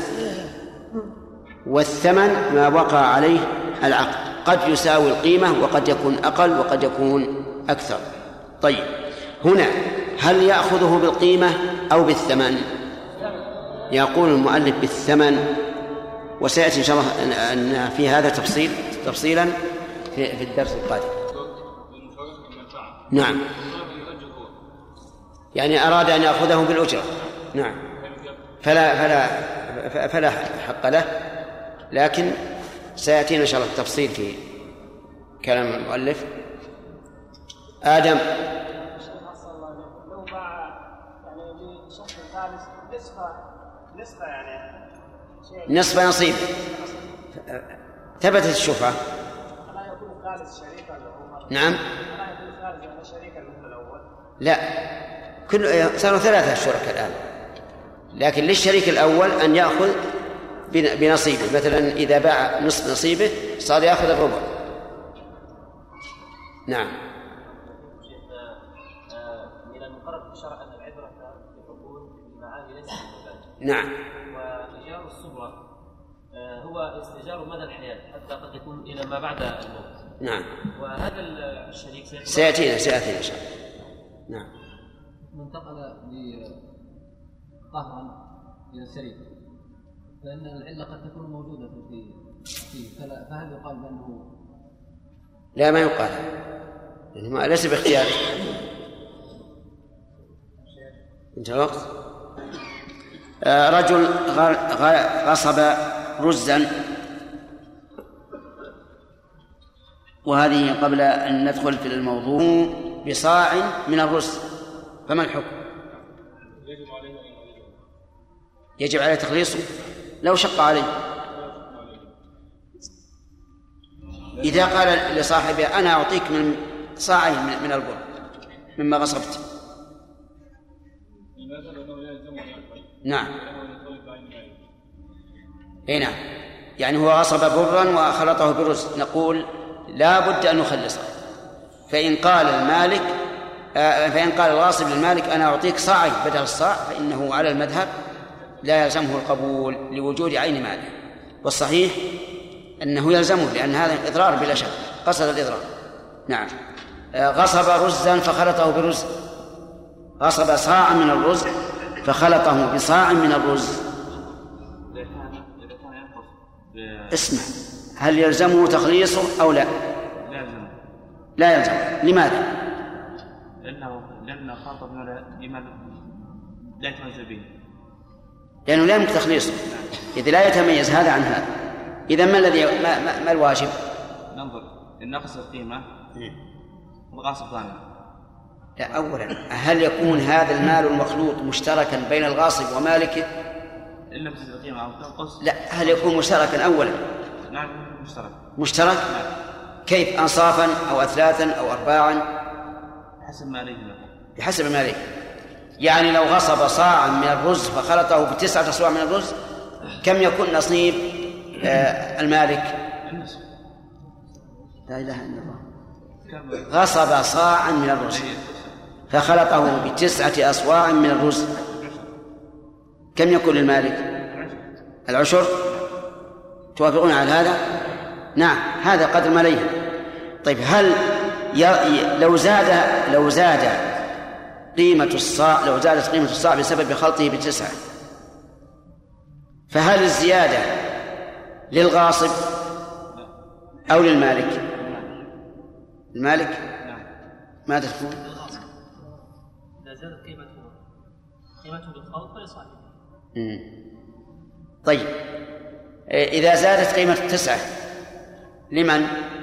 والثمن ما وقع عليه العقد، قد يساوي القيمة وقد يكون أقل وقد يكون أكثر. طيب، هنا هل يأخذه بالقيمة أو بالثمن؟ يقول المؤلف بالثمن، وسيأتي إن شاء الله أن في هذا تفصيل تفصيلا في, في الدرس القادم. نعم، يعني أراد أن يأخذه بالأجرة، نعم، فلا فلا فلا حق له، لكن سيأتينا إن شاء الله التفصيل في كلام المؤلف. آدم نصف نصيب ثبتت الشفعة. نعم، لا، كل صاروا ثلاثة شركاء الآن، لكن للشريك الأول أن يأخذ بنصيبه. مثلا إذا باع نصف نصيبه صار يأخذ الربع. نعم. من المقرر في الشرع أن العبرة بالعقول بالمعاني ليست بالمبادئ. نعم. وإيجار الصبرة هو استئجار مدى الحياة حتى قد يكون إلى ما بعد الموت. نعم. وهذا الشريك سيأتينا سيأتينا إن شاء الله. نعم. من انتقل قهرا إلى الشريك فإن العلة قد تكون موجودة في فيه، فهل يقال بأنه؟ لا، ما يقال، لأنه ليس باختياره. انتهى الوقت. آه رجل غصب رزا، وهذه قبل أن ندخل في الموضوع، بصاع من الرز، فما الحكم؟ يجب عليه تخليصه لو شق عليه. إذا قال لصاحبه أنا أعطيك من صاعين من البر مما غصبت. نعم. اي نعم، يعني هو غصب برا وخلطه برز، نقول لا بد أن نخلصه. فإن قال المالك فإن قال الغاصب للمالك أنا أعطيك صاعين بدل الصاع، فإنه على المذهب لا يلزمه القبول لوجود عين ماله، والصحيح أنه يلزمه، لأن هذا إضرار بلا شك، قصد الإضرار. نعم. غصب رزا فخلطه برز، غصب صاعا من الرز فخلطه بصاع من الرز، اسمع، هل يلزمه تخليصه أو لا؟ لا يلزم. لماذا؟ لأنه لأنه خاطب بما لا يتميز به، لأنه لا يمكن تخليصه إذا لا يتميز هذا عن هذا. إذا ما الذي ما, ما, ما الواجب؟ ننظر إن نقص القيمة الغاصب ضامن. لا، أولا هل يكون هذا المال المخلوط مشتركا بين الغاصب ومالكه؟ إلا بتزيد القيمة أو تنقص. لا، هل يكون مشتركا أولا؟ نعم مشترك. مشترك؟ نعم. كيف؟ أنصافا أو أثلاثا أو أرباعا؟ بحسب ماليه. بحسب ماليه. يعني لو غصب صاعا من الرز فخلطه بتسعة أصواع من الرز، كم يكون نصيب آه المالك؟ النصف. لا إله إلا الله. غصب صاعا من الرز فخلطه بتسعة أصواع من الرز، كم يكون للمالك؟ العشر. توافقون على هذا؟ نعم، هذا قدر ماليه. طيب، هل ي... لو زاد لو زاد قيمة الصاع لو زادت قيمة الصاع بسبب خلطه بتسعة، فهل الزيادة للغاصب أو للمالك؟ المالك. ماذا تكون؟ إذا زادت قيمته قيمته بالخلط فلصاحبه. طيب، إذا زادت قيمة التسعة لمن؟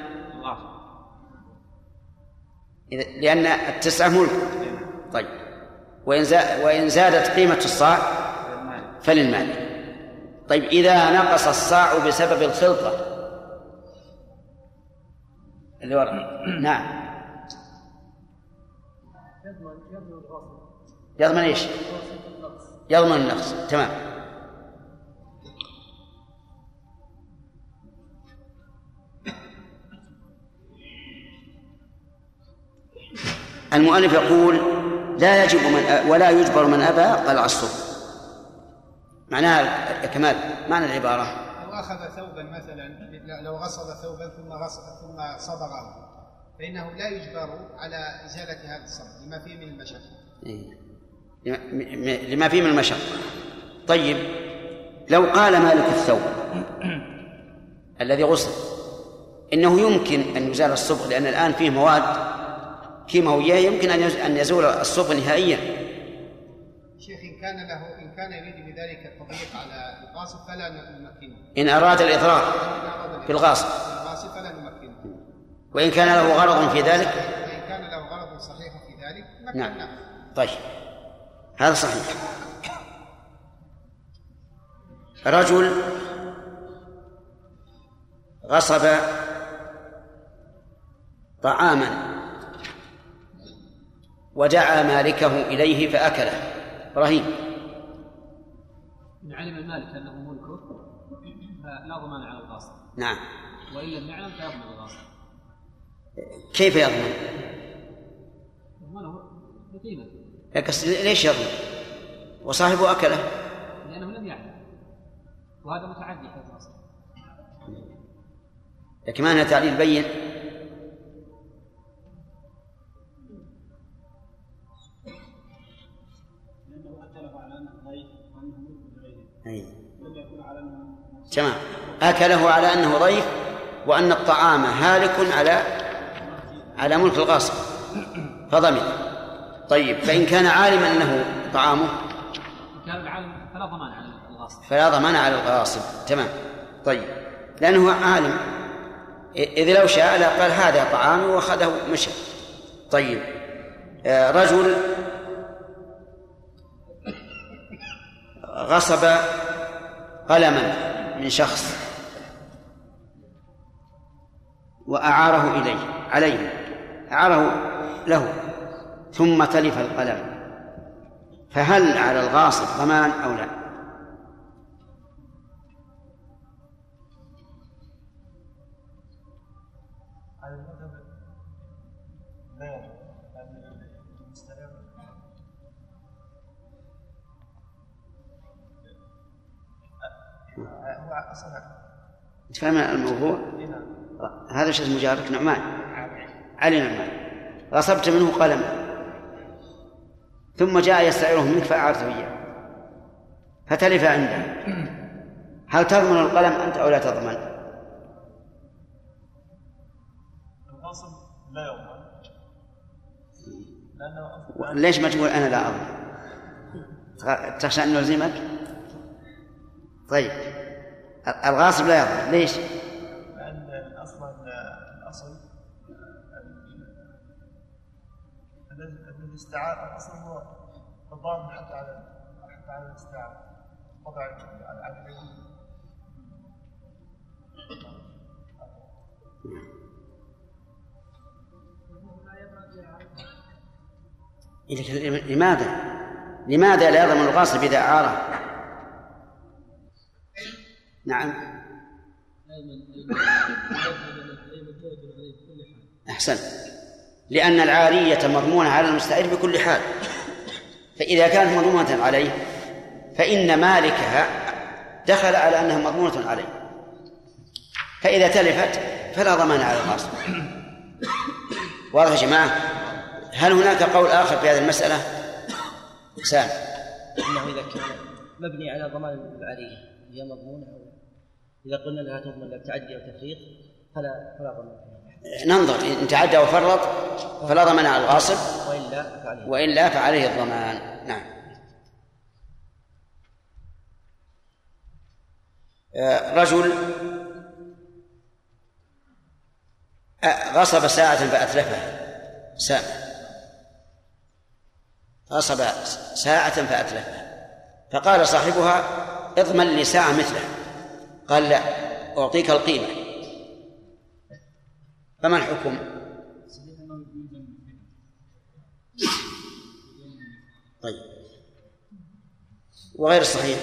لأن التسعة ملك. طيب، وإن زادت قيمة الصاع فللمالك. طيب، إذا نقص الصاع بسبب الخلطة اللي ورا. نعم، يضمن إيش؟ يضمن النقص. تمام. المؤلف يقول لا يجب من ولا يجبر من أبى قلع الصبغ. معناها كمال معنى العبارة لو أخذ ثوبا مثلا، لو غصب ثوبا ثم غصب ثم صبغه فإنه لا يجبر على إزالة هذا الصبغ لما فيه من المشقة. لما فيه من المشقة. طيب، لو قال مالك الثوب الذي غصب إنه يمكن أن يزال الصبغ لأن الآن فيه مواد كيماوية يمكن أن يزول الصبغ نهائيا. شيخ، إن كان له إن كان يريد بذلك التضييق على الغاصب فلا نمكنه. إن أراد الإضرار بالغاصب فلا نمكنه. وإن كان له غرض في ذلك وإن كان له غرض صحيح في ذلك مكناه. نعم. طيب، هذا صحيح. رجل غصب طعاما ودعا مالكه إليه فأكله رهين. إن علم المالك أنه ملكه فلا ضمان على الغاصب. نعم. وإن لم يعلم فيضمن الغاصب. كيف يضمن؟ يضمنه بقيمة. ليش يضمن وصاحبه أكله؟ لأنه لم يعلم، وهذا متعدي حيث الغاصب. لكن ما أنها تعليل بين. تمام، أكله على أنه ضيف وأن الطعام هالك على على ملك الغاصب فضمن. طيب، فإن كان عالما أنه طعامه كان عالم فلا ضمان على الغاصب فلا ضمان على الغاصب. تمام. طيب، لأنه عالم، إذا لو شاء قال هذا طعامي وأخذه مشى. طيب، رجل غصب قلما من شخص وأعاره إليه عليه أعاره له ثم تلف القلم، فهل على الغاصب ضمان أو لا؟ تفهم الموضوع؟ هذا شخص مجارك نعمان علي نعمان غصبت منه قلم ثم جاء يستعيره منك فأعرته إياه فتلف عنده، هل تضمن القلم أنت أو لا تضمن؟ الغاصب لا يضمن. لأنه ليش ما تقول أنا لا أضمن؟ تخشى أن نلزمك؟ طيب الغاصب لا يضمن ليش؟ لأن أصلا الأصل الذي استعار الأصل هو الضامن حتى على حتى على الاستعارة وضع على اليمين. لماذا لماذا لا يضمن الغاصب إذا أعاره؟ نعم أحسن، لأن العارية مضمونة على المستعير بكل حال، فإذا كانت مضمونة عليه فإن مالكها دخل على أنها مضمونة عليه، فإذا تلفت فلا ضمان على الغاصب. واضح يا جماعة؟ هل هناك قول آخر في هذه المسألة؟ سام إنه إذا كان مبني على ضمان العارية هي مضمونة، إذا قلنا لها تضمن للتعدي أو تفريط فلا فلا ضمان. ننظر إن تعدى وفرط فلا ضمان على الغاصب، وإلا فعليه, وإلا فعليه الضمان. نعم. رجل غصب ساعة فأتلفها، ساعة غصب ساعة فأتلفها، فقال صاحبها اضمن لي ساعة مثلها، قال لا أعطيك القيمة، فما الحكم؟ طيب وغير الصحيح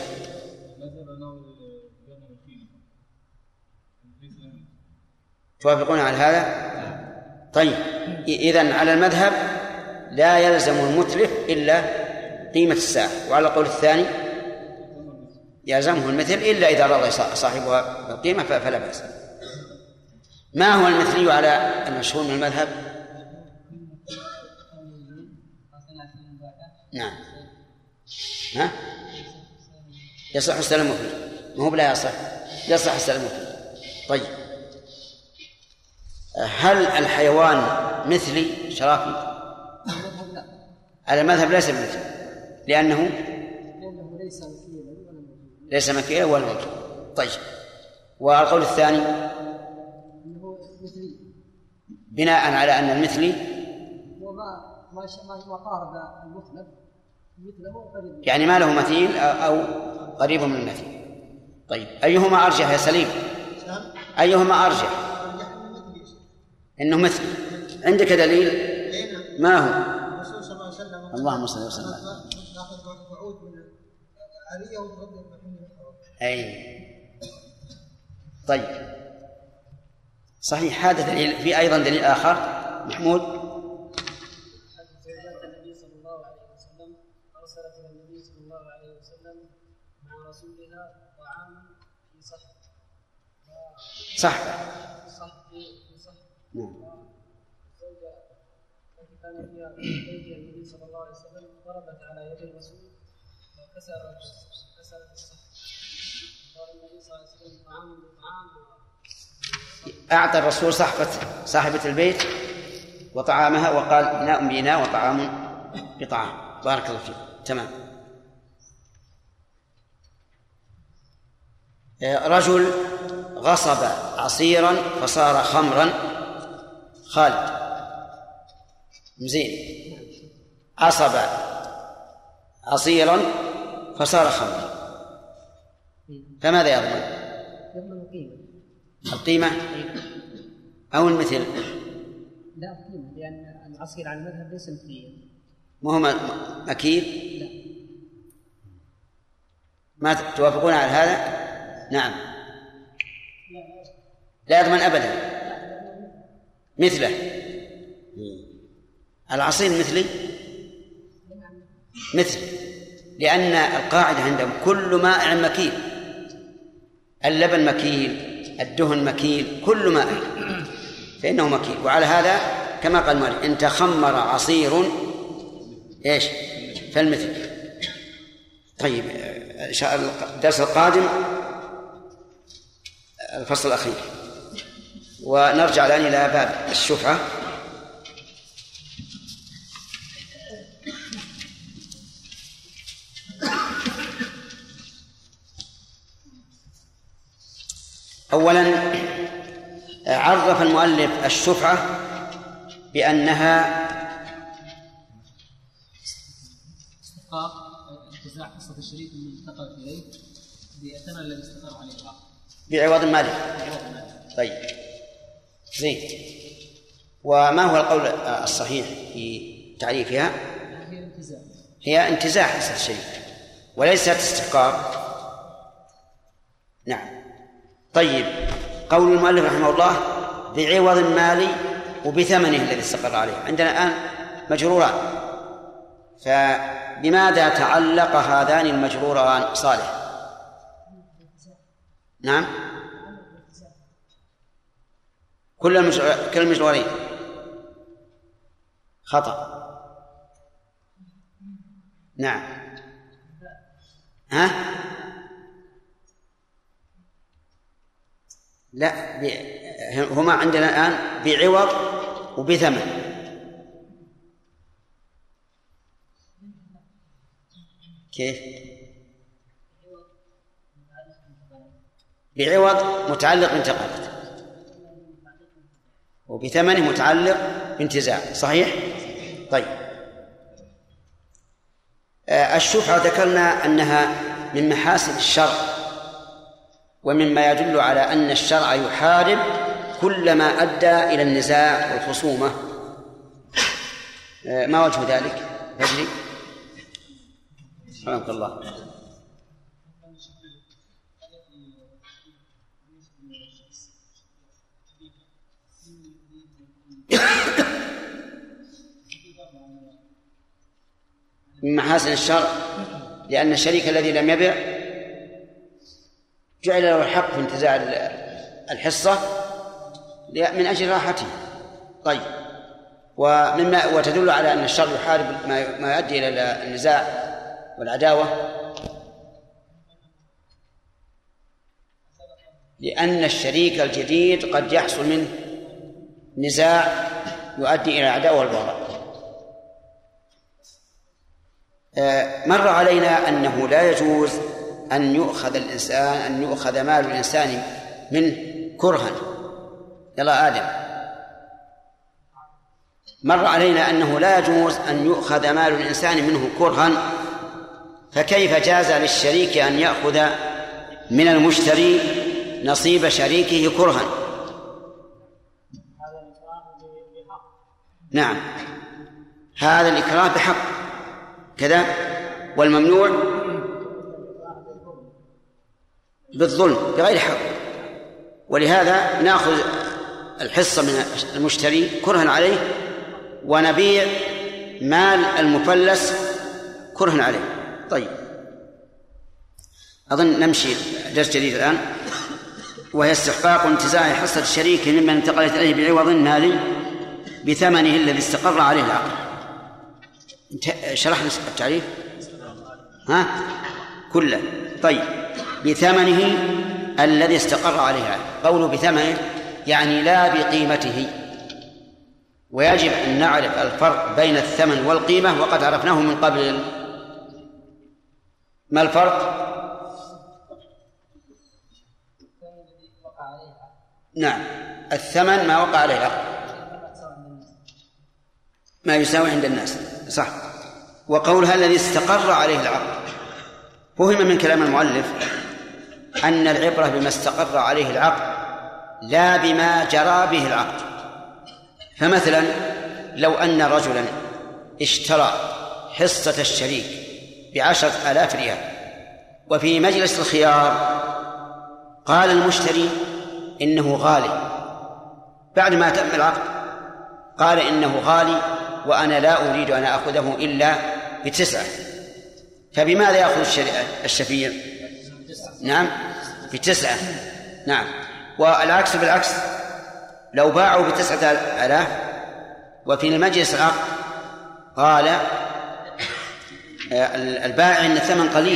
توافقون على هذا؟ طيب إذن على المذهب لا يلزم المتلف إلا قيمة الساعة، وعلى القول الثاني يلزمه المثل إلا إذا رضي صاحبها القيمة فلا بأس. ما هو المثلي على المشهور من المذهب؟ نعم ها؟ يصح السلام فيه، ما هو بلا يصح، يصح السلام فيه. طيب هل الحيوان مثلي شرافي؟ على المذهب ليس بمثل، لأنه ليس مكيلا ولا موجود. طيب والقول الثاني بناء على أن المثلي ما قارب المثلث مثله قريب، يعني ما له مثيل أو قريب من المثيل. طيب أيهما أرجح يا سليم؟ أيهما أرجح؟ إنه مثل. عندك دليل؟ ما هو؟ الرسول صلى الله عليه وسلم اللهم صل وسلم ناخذ وعود من العارية وتغدر محمد. أي طيب صحيح هذا دليل. في أيضا دليل آخر محمود. النبي صلى الله عليه وسلم أرسلت إلى النبي صلى الله عليه وسلم مع رسولها طعاما في صحن صح صحن في صحن نعم. الزوجة التي كان فيها بيتها النبي صلى الله عليه وسلم ضربت على يد الرسول وكسرت كسرت الصحن، قال النبي صلى الله عليه وسلم طعام بطعام. أعطى الرسول صحبة صاحبة البيت وطعامها وقال إناء بإناء وطعام بطعام. بارك الله فيك. تمام. رجل غصب عصيرا فصار خمرا. خالد مزين عصب عصيرا فصار خمرا، فماذا يضمن؟ يضمن القيمة. القيمة أو المثل؟ لا القيمة، لأن العصير على المذهب ليس مثليا. ما هو مكيل؟ لا. ما توافقون على هذا؟ نعم. لا يضمن أبدا مثله. العصير مثلي مثل، لأن القاعدة عندهم كل مائع مكيل، اللبن مكيل، الدهن مكيل، كل مائع فإنه مكيل. وعلى هذا كما قال مالك إن تخمر عصير إيش فالمثل. طيب إن شاء الله الدرس القادم الفصل الأخير، ونرجع الآن إلى باب الشفعة. أولا عرف المؤلف الشفعة بأنها استحقاق انتزاع حصة الشريك من انتقلت إليه بالثمن الذي استقر عليه العقد بعوض مالي. طيب زين. وما هو القول الصحيح في تعريفها؟ هي انتزاع هي انتزاع حصة الشريك وليست استحقاق. نعم. طيب قول المؤلف رحمه الله بعوض مالي وبثمنه الذي استقر عليه، عندنا الآن مجروران، فبماذا تعلق هذان المجروران صالح؟ نعم كل المجرورين خطأ. نعم ها لا هما عندنا الآن بعوض وبثمن. كيف؟ بعوض متعلق بانتقالات وبثمنه متعلق بانتزاع. صحيح؟ طيب الشفعة ذكرنا أنها من محاسن الشرع ومما يدل على أن الشرع يحارب كل ما أدى إلى النزاع والخصومة. ما وجه ذلك؟ فجري رحمك الله. من محاسن الشرع لأن الشريك الذي لم يبع جعل له الحق في انتزاع الحصة من أجل راحته. طيب ومما وتدل على أن الشرع يحارب ما يؤدي إلى النزاع والعداوة لأن الشريك الجديد قد يحصل منه نزاع يؤدي إلى العداوة والبغضاء. مر علينا أنه لا يجوز أن يؤخذ الإنسان أن يؤخذ مال الإنسان منه كرها. يلا آدم. مر علينا أنه لا يجوز أن يؤخذ مال الإنسان منه كرها، فكيف جاز للشريك أن يأخذ من المشتري نصيب شريكه كرها؟ نعم هذا الإكراه بحق كذا، والممنوع بالظلم بغير حق. ولهذا نأخذ الحصة من المشتري كرها عليه ونبيع مال المفلس كرها عليه. طيب أظن نمشي درس جديد الآن، وهي استحقاق انتزاع حصة الشريك ممن انتقلت إليه بعوض مالي بثمنه الذي استقر عليه العقد. شرحنا التعريف ها كله. طيب بثمنه الذي استقر عليه العقد، قوله بثمنه يعني لا بقيمته، ويجب أن نعرف الفرق بين الثمن والقيمة وقد عرفناه من قبل. ما الفرق؟ نعم الثمن ما وقع عليه العقد ما يساوي عند الناس صح. وقولها الذي استقر عليه العقد فهم من كلام المؤلف أن العبرة بما استقر عليه العقد لا بما جرى به العقد. فمثلا لو أن رجلا اشترى حصة الشريك بعشرة آلاف ريال، وفي مجلس الخيار قال المشتري إنه غالي بعد ما تم العقد، قال إنه غالي وأنا لا أريد أن أخذه إلا بتسعة، فبماذا يأخذ الشفيع؟ نعم بتسعة. نعم والعكس بالعكس، لو باعوا بتسعة آلاف وفي المجلس العقد قال البائع إن الثمن قليل،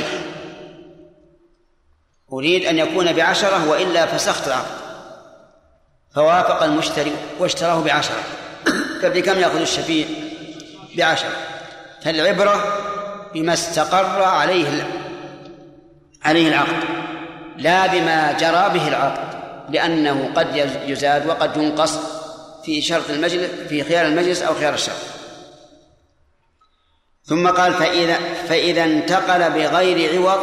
أريد أن يكون بعشرة وإلا فسخت العقد، فوافق المشتري واشتراه بعشرة، بكم يأخذ الشفيع؟ بعشرة. فالعبرة بما استقر عليه عليه العقد لا بما جرى به العقد، لأنه قد يزاد وقد ينقص في شرط المجلس، في خيار المجلس أو خيار الشرط. ثم قال فإذا, فإذا انتقل بغير عوض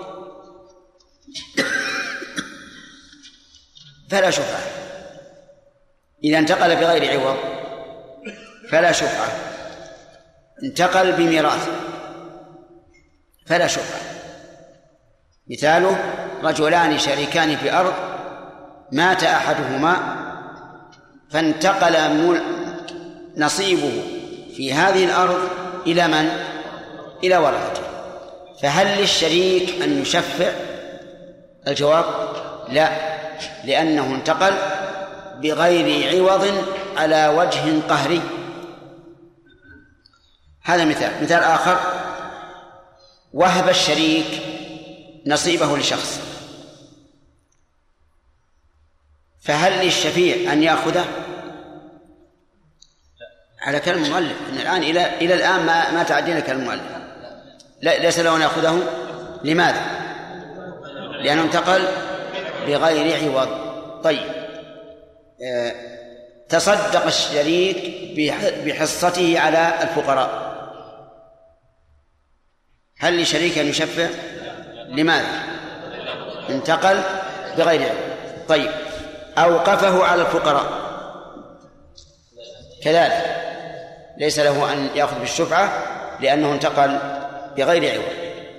فلا شفعة. إذا انتقل بغير عوض فلا شفعة. انتقل بميراث فلا شفعة. مثاله رجلان شريكان في أرض، مات أحدهما فانتقل نصيبه في هذه الأرض إلى من؟ إلى ورثته، فهل للشريك أن يشفع؟ الجواب لا، لأنه انتقل بغير عوض على وجه قهري. هذا مثال. مثال آخر، وهب الشريك نصيبه لشخص، فهل للشفيع أن يأخذه؟ على كلام المؤلف إن الآن إلى إلى الآن ما ما تعدينا كلام المؤلف، لا ليس له أن يأخذه. لماذا؟ لأنه انتقل بغير عوض. طيب، اه تصدق الشريك بحصته على الفقراء، هل لشريك أن يشفع؟ لماذا؟ انتقل بغير عوض. طيب، أوقفه على الفقراء كذلك ليس له أن يأخذ بالشفعة لأنه انتقل بغير عوض.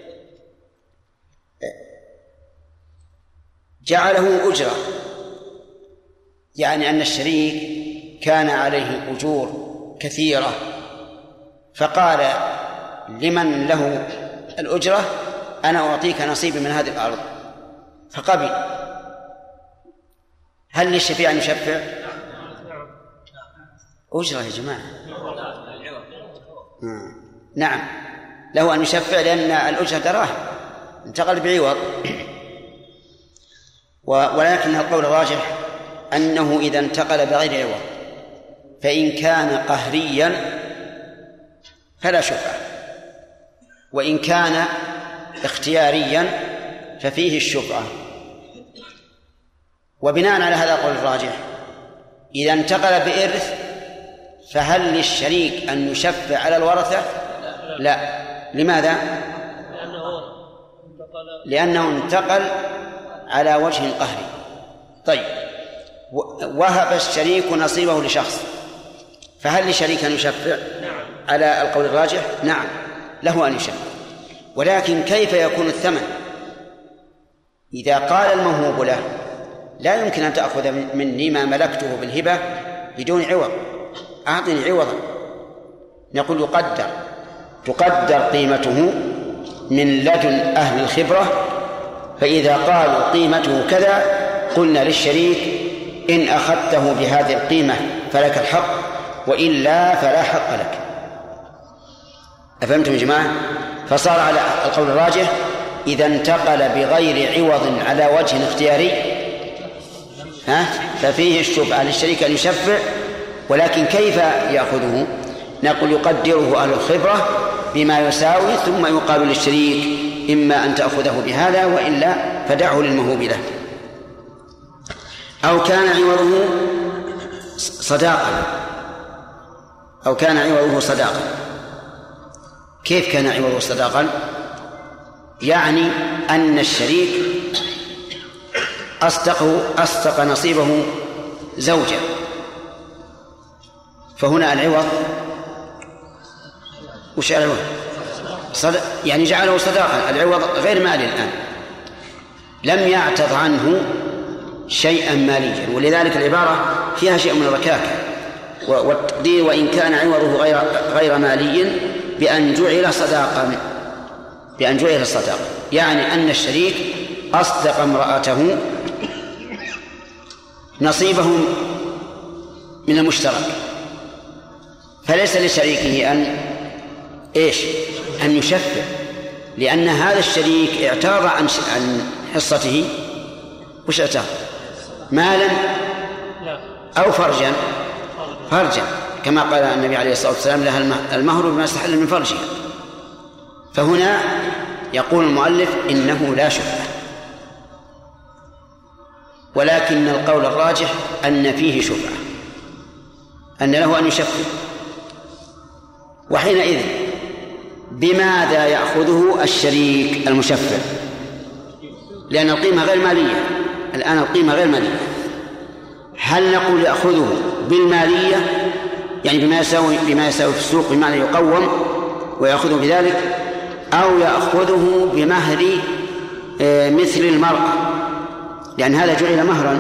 جعله أجرة، يعني أن الشريك كان عليه أجور كثيرة، فقال لمن له الأجرة أنا أعطيك نصيبي من هذه الأرض، فقبل. هل للشفيع أن يشفع؟ أجرة يا جماعة. نعم، له أن يشفع لأن الأجرة دراهم، انتقل بعوض. ولكن القول الراجح أنه إذا انتقل بغير عوض فإن كان قهريا فلا شفعة، وإن كان اختياريا ففيه الشفعة. وبناء على هذا القول الراجح إذا انتقل بإرث فهل للشريك أن يشفع على الورثة؟ لا. لماذا؟ لأنه انتقل على وجه قهري. طيب، وهب الشريك نصيبه لشخص، فهل لشريك أن يشفع؟ على القول الراجح نعم، له أن يشفع. ولكن كيف يكون الثمن؟ إذا قال الموهوب له لا يمكن أن تأخذ مني ما ملكته بالهبة بدون عوض، أعطني عوضا، نقول يقدر تقدر قيمته من لدن أهل الخبرة، فإذا قالوا قيمته كذا قلنا للشريك إن أخذته بهذه القيمة فلك الحق، وإلا فلا حق لك. أفهمتم يا جماعة؟ فصار على القول الراجح إذا انتقل بغير عوض على وجه اختياري ها ففيه الشفعة للشريك أن يشفع. ولكن كيف يأخذه؟ نقول يقدره أهل الخبرة بما يساوي، ثم يقال للشريك إما أن تأخذه بهذا وإلا فدعه للموهوب له. أو كان عوضه صداقة أو كان عوضه صداقة. كيف كان عوضه صداقة؟ يعني أن الشريك أصدقه أصدق نصيبه زوجة، فهنا العوض وش العوض؟ صد... يعني جعله صداقة، العوض غير مالي الآن، لم يعتض عنه شيئا ماليا، ولذلك العبارة فيها شيء من الركاكة والتقدير وإن كان عوضه غير, غير مالي بأن جعل صداقا بأن جعل صداقا يعني أن الشريك أصدق امرأته نصيبهم من المشترك، فليس لشريكه أن إيش؟ أن يشفع، لأن هذا الشريك اعتاض عن عن حصته. وش اعتاض؟ مالا أو فرجا؟ فرجا، كما قال النبي عليه الصلاة والسلام لها المهر بما استحل من فرجها. فهنا يقول المؤلف إنه لا شفعة، ولكن القول الراجح أن فيه شفعة، أن له أن يشفع. وحينئذ بماذا يأخذه الشريك المشفع؟ لأن القيمة غير مالية الآن، القيمة غير مالية. هل نقول يأخذه بالمالية يعني بما يساوي بما يساوي في السوق بمعنى يقوم ويأخذه بذلك، أو يأخذه بمهر مثل المرأة، لأن هذا جعل مهرا؟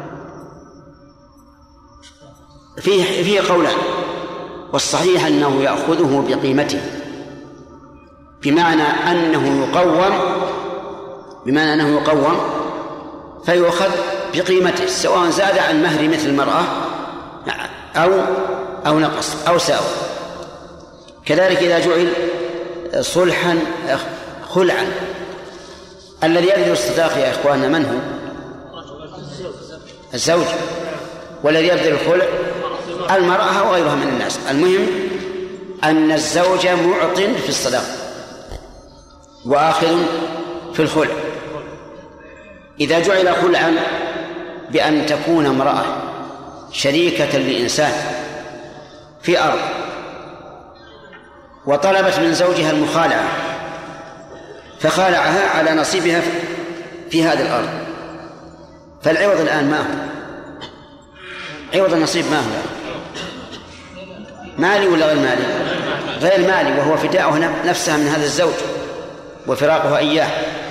فيه فيه قولان، والصحيح أنه يأخذه بقيمته، بمعنى أنه يقوم بمعنى أنه يقوم فيؤخذ بقيمته، سواء زاد عن مهر مثل المرأة أو أو نقص أو ساوى. كذلك إذا جعل صلحا خلعا، الذي يبذل الصداق يا إخواننا من هو؟ الزوج. والذي يبذل الخلع المرأة وغيرها من الناس. المهم أن الزوج معط في الصداق وآخذ في الخلع. إذا جعل خلعا بأن تكون امرأة شريكة لإنسان في أرض وطلبت من زوجها المخالعة فخالعها على نصيبها في هذه الأرض، فالعوض الآن ما هو؟ عوض النصيب ما هو؟ مالي ولا غير مالي؟ غير مالي، وهو فداؤها نفسها من هذا الزوج وفراقها إياه.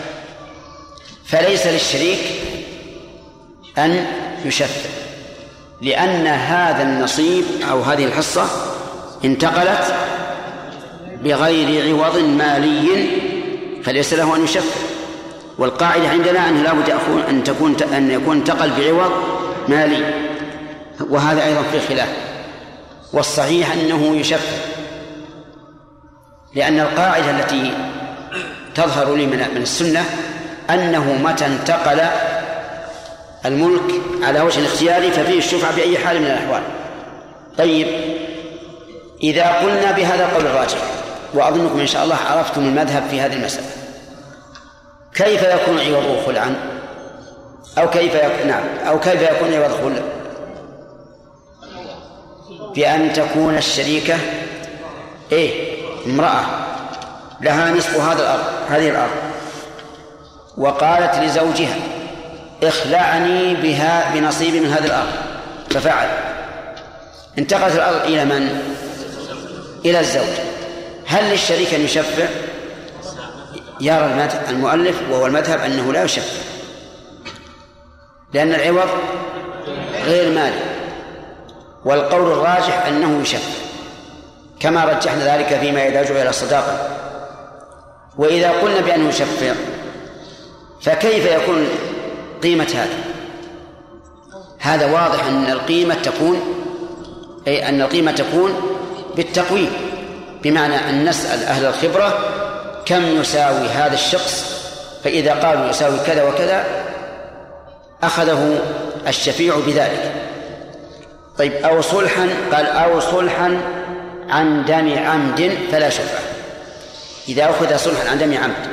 فليس للشريك أن يشفع، لأن هذا النصيب أو هذه الحصة انتقلت بغير عوض مالي، فليس له أن يشفع. والقاعدة عندنا أنه لا بد أن تكون أن يكون انتقل بعوض مالي، وهذا أيضا في خلاف. والصحيح أنه يشفع، لأن القاعدة التي تظهر لي من السنة أنه متى انتقل الملك على وجه الاختياري ففيه الشفعة بأي حال من الأحوال. طيب، إذا قلنا بهذا القول الراجح، وأظنكم إن شاء الله عرفتم المذهب في هذه المسألة، كيف يكون عوضه خلعا؟ أو كيف يكون نعم أو كيف يكون عوض خلع؟ بأن تكون الشريكة إيه امرأة لها نصف هذا الأرض هذه الأرض، وقالت لزوجها اخلعني بها بنصيب من هذه الأرض، ففعل. انتقلت الأرض إلى من؟ إلى الزوج. هل للشريك أن يشفع؟ يرى المؤلف وهو المذهب أنه لا يشفع، لأن العوض غير مالي. والقول الراجح أنه يشفع، كما رجحنا ذلك فيما إذا جعل صداقا. وإذا قلنا بأنه يشفع فكيف يكون قيمة هذا؟ هذا واضح أن القيمة تكون أي أن القيمة تكون بالتقويم، بمعنى أن نسأل أهل الخبرة كم يساوي هذا الشخص، فإذا قالوا يساوي كذا وكذا أخذه الشفيع بذلك. طيب، أو صلحا، قال أو صلحا عن دم عمد فلا شفعة. إذا أخذ صلحا عن دم عمد،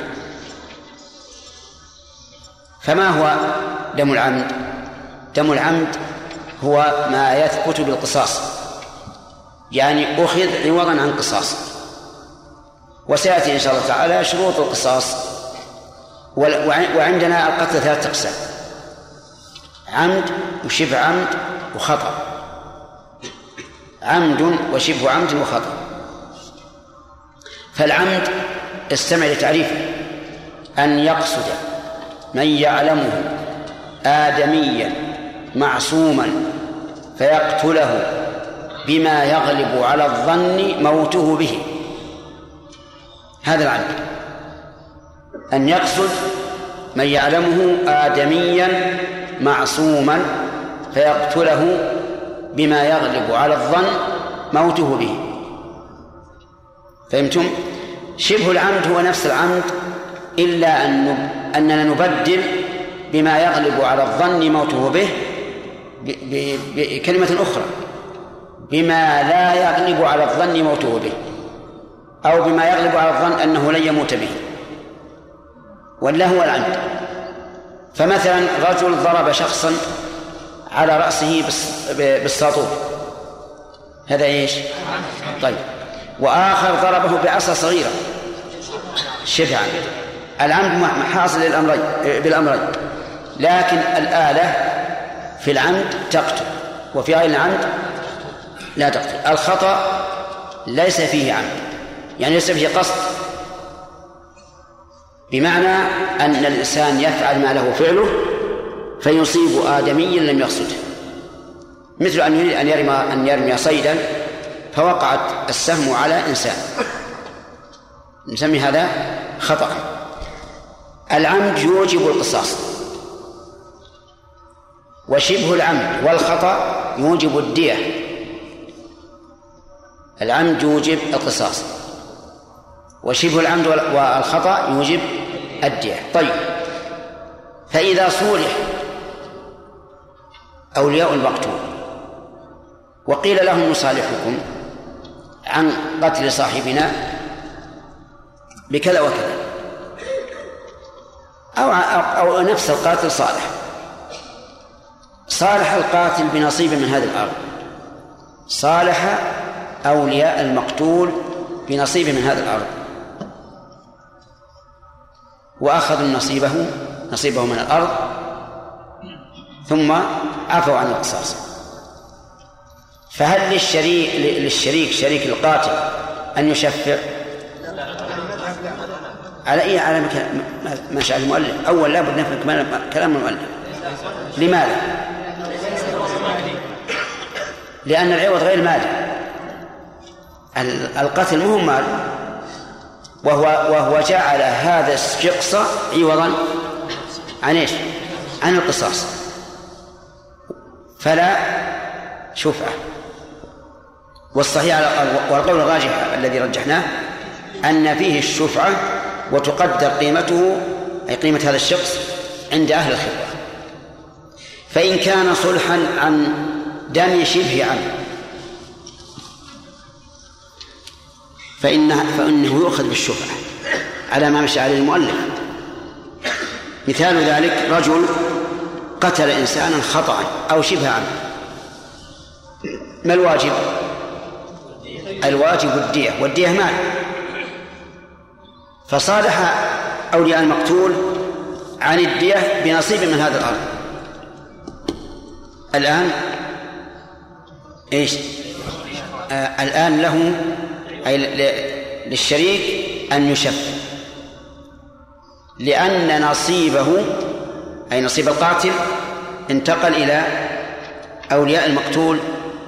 فما هو دم العمد؟ دم العمد هو ما يثبت بالقصاص، يعني أخذ عوضا عن قصاص. وسيأتي إن شاء الله تعالى شروط القصاص. وعندنا القتل ثلاثة أقسام: عمد وشبه عمد وخطأ. عمد وشبه عمد وخطأ. فالعمد استمع لتعريفه: أن يقصد من يعلمه آدميا معصوما فيقتله بما يغلب على الظن موته به. هذا العمد، أن يقصد من يعلمه آدميا معصوما فيقتله بما يغلب على الظن موته به. فهمتم؟ شبه العمد هو نفس العمد إلا أن أننا نبدل بما يغلب على الظن موته به بكلمة أخرى، بما لا يغلب على الظن موته به، أو بما يغلب على الظن أنه لن يموت به، ولا هو العمد. فمثلا رجل ضرب شخصا على رأسه بالساطور، هذا إيش؟ طيب. وآخر ضربه بعصا صغيرة، شبه عمد. العمد حاصل للأمرين بالأمرين، لكن الآلة في العمد تقتل وفي غير العمد لا تقتل. الخطأ ليس فيه عمد، يعني ليس فيه قصد، بمعنى أن الإنسان يفعل ما له فعله فيصيب آدميا لم يقصده، مثل أن يريد أن يرمي أن يرمي صيدا فوقعت السهم على إنسان، نسمي هذا خطأ. العمد يوجب القصاص، وشبه العمد والخطأ يوجب الدية. العمد يوجب القصاص، وشبه العمد والخطأ يوجب الدية. طيب، فإذا صولح أولياء المقتول وقيل لهم نصالحكم عن قتل صاحبنا بكذا وكذا، أو, أو نفس القاتل صالح صالح القاتل بنصيب من هذه الأرض، صالح أولياء المقتول بنصيب من هذه الأرض، وأخذوا نصيبه نصيبه من الأرض ثم عفوا عن القصاص. فهل للشريك للشريك شريك القاتل أن يشفع؟ على أي على ما شاء المؤلف. أول لا بد نفهم كلام المؤلف. لماذا؟ لأن العوض غير مالي، القتل مهم مال، وهو وهو جعل هذا الشقص عوضا عن ايش؟ عن القصاص، فلا شفعة. والصحيح والقول الراجح الذي رجحناه أن فيه الشفعة، وتقدر قيمته أي قيمة هذا الشخص عند أهل الخبرة. فإن كان صلحا عن دم شبه عنه فإنه, فإنه يؤخذ بالشفعة على ما مشى عليه المؤلف. مثال ذلك رجل قتل إنسانا خطأ أو شبه عنه، ما الواجب؟ الواجب الدية، والدية مال. فصالح أولياء المقتول عن الدية بنصيب من هذا الأرض. الآن إيش؟ آه الآن له أي للشريك أن يشفع، لأن نصيبه أي نصيب القاتل انتقل إلى أولياء المقتول،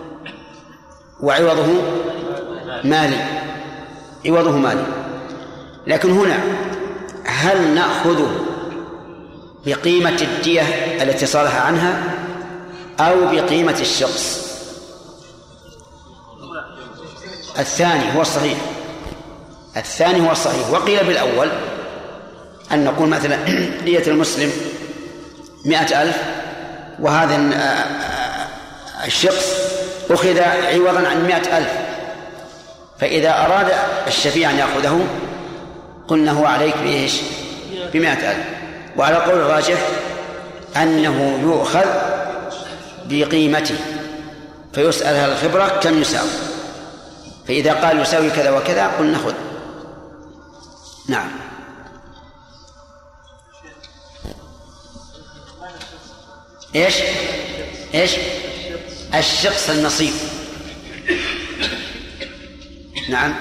وعوضه مالي، عوضه مالي. لكن هنا هل نأخذه بقيمة الدية التي صالح عنها أو بقيمة الشخص؟ الثاني هو الصحيح، الثاني هو الصحيح. وقيل بالأول أن نقول مثلا دية المسلم مئة ألف، وهذا الشخص أخذ عوضا عن مئة ألف، فإذا أراد الشفيع أن يأخذه قلنا هو عليك بإيش؟ بمئة ألف. وعلى قول الراجح أنه يؤخذ بقيمته، فيسأل هل الخبرة كم يساوي، فإذا قال يساوي كذا وكذا قلنا خذ. نعم. إيش؟ إيش؟ الشخص النصيب. نعم.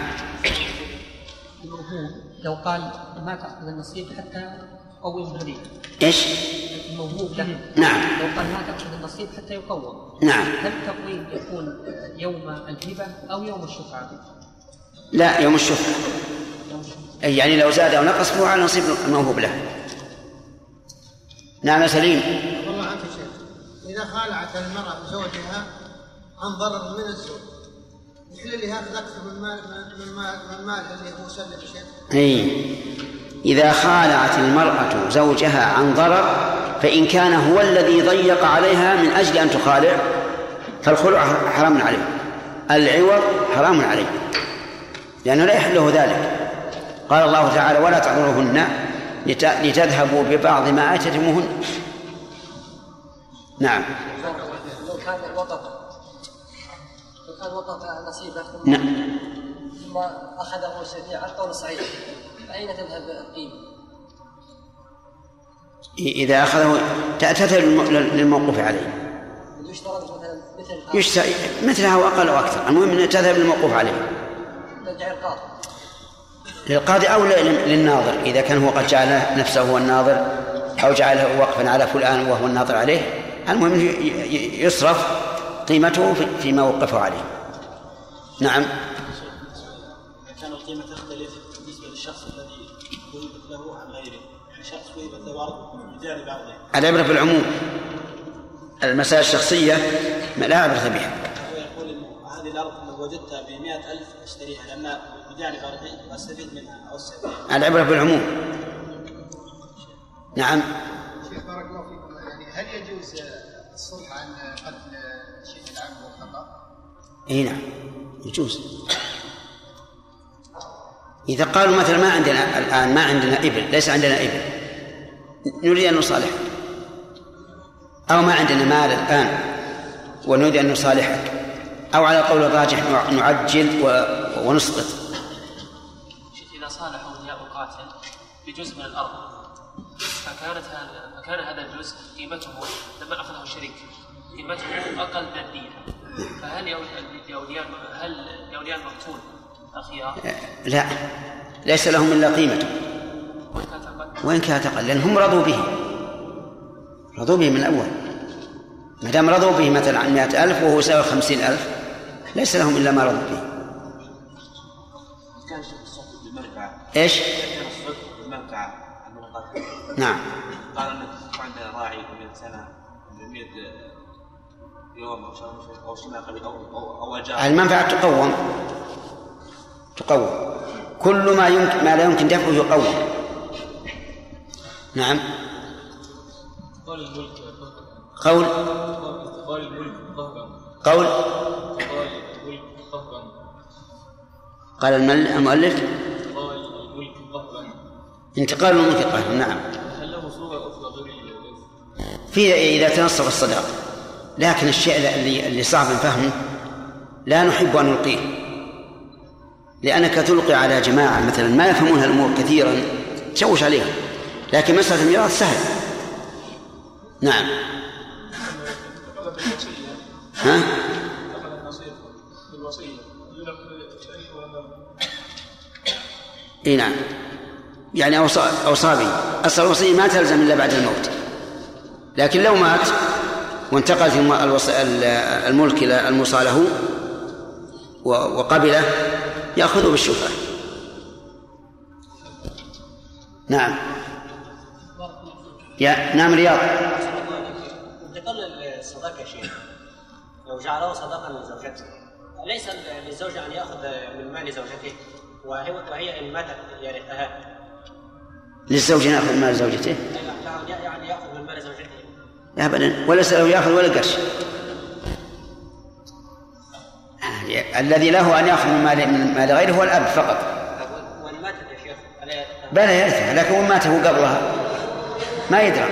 لو قال ما تأخذ النصيب حتى يقوم الهدية. إيش؟ الموهوب له. نعم. لو قال ما تأخذ النصيب حتى يقوم. نعم. هل التقويم يكون يوم الهبة أو يوم الشفعة؟ لا، يوم الشفعة. أي يعني لو زاد أو نقص فهو على نصيب الموهوب له. نعم سليم. والله عنك شيخ، إذا خالعت المرأة زوجها عن ضرر من الزوج مثل اللي هذا أكثر من مال من مال من مال اللي هو سلم شيء. أي إذا خالعت المرأة زوجها عن ضرر فإن كان هو الذي ضيق عليها من أجل أن تخالع فالخلع حرام عليه، العوض حرام عليه لأنه لا يحل له ذلك. قال الله تعالى ولا تعذروهن لتذهبوا ببعض ما آتيتموهن. نعم. لو كان وقف لو كان وقف نصيبه نعم. ثم أخذه الشريعة القول الصحيح فأين تذهب القيمة؟ إذا أخذه تأتثر للموقوف عليه يشترط مثلا مثل يشترط مثلها وأقل وأكثر، المهم أن تذهب للموقوف عليه ترجع القاضي للقاضي أو للناظر إذا كان هو قد جعل نفسه هو الناظر أو جعله وقفا على فلان وهو الناظر عليه، المهم يصرف قيمته فيما وقفه عليه. نعم. كان القيمة تختلف بالنسبة للشخص الذي وهبت له عن غيره، شخص وهبت له أرض بجانب بعضه. العبرة بالعموم، المسائل الشخصية لا عبرة بها. هو يقول إنه هذه الأرض لو وجدتها بمئة ألف أشتريها لأن بجانب أرضي وأستفيد منها أو أستفيد. العبرة بالعموم. نعم. شيخ بارك الله فيكم، يعني هل يجوز الصلح عن قتل شيء العمد والخطأ؟ اي نعم يجوز. إذا قالوا مثلا ما عندنا الآن ما عندنا إبل، ليس عندنا إبل نريد أن نصالحك، أو ما عندنا مال الآن ونريد أن نصالحك، أو على قول الراجح نعجل ونسقط. إذا صالحوا أولياء القاتل بجزء من الأرض فكانت فكان هذا الجزء قيمته لما أخذه الشريك قيمته أقل من الدية، فهل لأولياء هل لأولياء المقتول الخيار؟ لا، ليس لهم إلا قيمته وإن كانت أقل، لأنهم رضوا به رضوا به من الأول. ما دام رضوا به مثلا عن مئة ألف وهو يساوي خمسين ألف ليس لهم إلا ما رضوا به. إيش؟ نعم. قال أنك عندنا راعي من سنة من مئة يوم أو شهر أو شناقة أو أو أو أجار. المنفعة تقوم تقوم كل ما يمكن ما لا يمكن دفعه يقوم. نعم. قول الملك قول قول الملك قهرا قول قول الملك قهرا قال المؤلف قال الملك قهرا انتقال الملك قهرا. نعم. هل له صورة أخرى غير في إذا تنصف الصداق، لكن الشيء اللي اللي صعب فهمه لا نحب أن نلقيه، لأنك تلقي على جماعة مثلا ما يفهمون هالأمور كثيرا تشوش عليهم، لكن مسألة الميراث سهل. نعم. ها؟ اي نعم، يعني أوصابي أصل الوصية ما تلزم إلا بعد الموت، لكن لو مات وانتقلت الملك إلى الموصى له وقبله يأخذه بالشفعة. نعم. يا نعم رياض. انتقال الصداق يا شيخ لو جعله صداقا لزوجته ليس للزوج أن يأخذ من مال زوجته وهي إن ماتت يرثها؟ للزوج يأخذ من مال زوجته؟ يعني يأخذ من مال زوجته أبدا، وليس له يأخذ ولا قرش. الذي له أن يأخذ من مال من مال غيره هو الأب فقط. وإن ماتت يا شيخ بلى يرثها، لكن وإن ماته قبلها ما يدرى.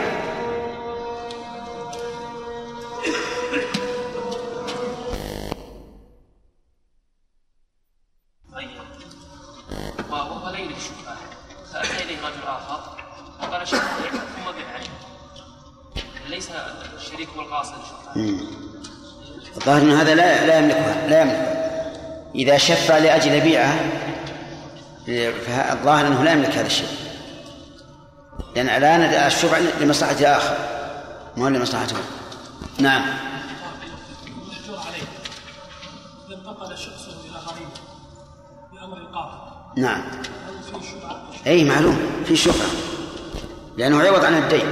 وهو لا يريد الشفعة فأتى إليه رجل آخر وقال شفعة ثم بيع عليه، ليس الشريك هو القاصد الشفعة. الظاهر أن هذا لا لا يملكها لا يملك. إذا شفع لأجل بيعه فالظاهر أنه لا يملك هذا الشيء، لأن الآن الشفع لمصلحة آخر مو لمصلحته. نعم. محجور عليه إذا انتقل شخص إلى غريب بأمر القاضي. نعم. أي معلوم في شفعة لأنه عوض عن الدين.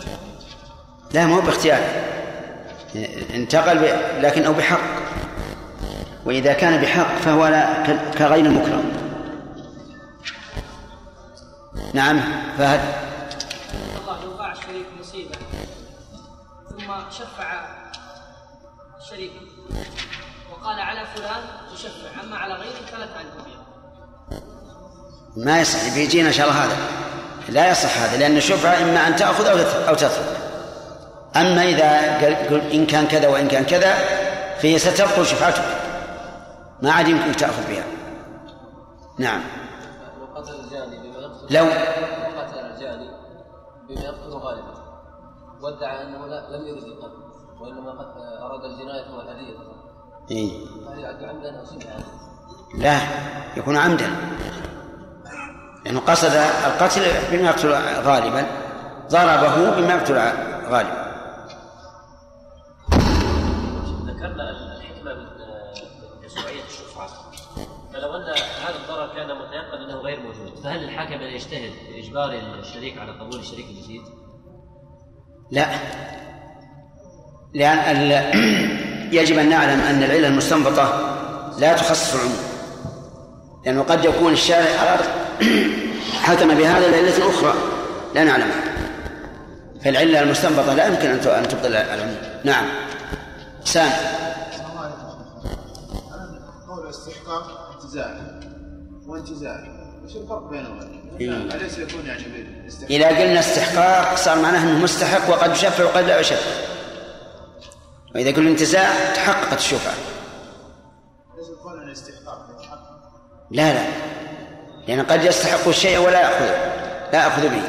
لا مو باختيار، انتقل ب... لكن أو بحق وإذا كان بحق فهو لا كغير المكرم. نعم فهد. الله لو وقع الشريك مصيبة ثم شفع الشريك وقال على فلان تشفع أما على غيره فلا تعنف به. ما يصح، بيجينا إن شاء الله هذا لا يصح هذا، لأن الشفعة إما أن تأخذ أو تترك. أما إذا قل إن كان كذا وإن كان كذا فهي ستبقى شفعتك، ما عاد يمكن تأخذ بها. نعم. لو قتل الجاني بما يقتل لو قتل الجاني بما يقتل غالبا وادعى أنه لم يرد القتل وإنما أراد الجناية والهدية، إيه؟ هل يعد عمدا أو سمعا؟ لا، يكون عمدا، لأنه قصد القتل بما يقتل غالبا، ضربه بما يقتل غالبا. ذكرنا الحكمة من مشروعية الشفعة، فلو أن هذا الضرر كان متيقن أنه غير موجود، فهل الحاكم أن يجتهد في إجبار الشريك على قبول الشريك المزيد؟ لا، لأن يجب أن نعلم أن العلة المستنبطة لا تخصص العموم، لأنه قد يكون الشارع حكم بهذا العلة الأخرى لا نعلمها، فالعلة المستنبطة لا يمكن أن تبطل العموم. نعم. سام. قول استحقاق انتزاع وانتزاع، وش الفرق بينهم؟ أليس يكون يعني بالاستحقاق؟ إذا قلنا استحقاق صار معناه أنه مستحق وقد يشفع وقد لا يشفع، وإذا قلنا انتزاع تحققت الشفعة. ليس يقول الاستحقاق يتحقق؟ لا لا، لأن قد يستحق الشيء ولا يأخذ لا أخذ به.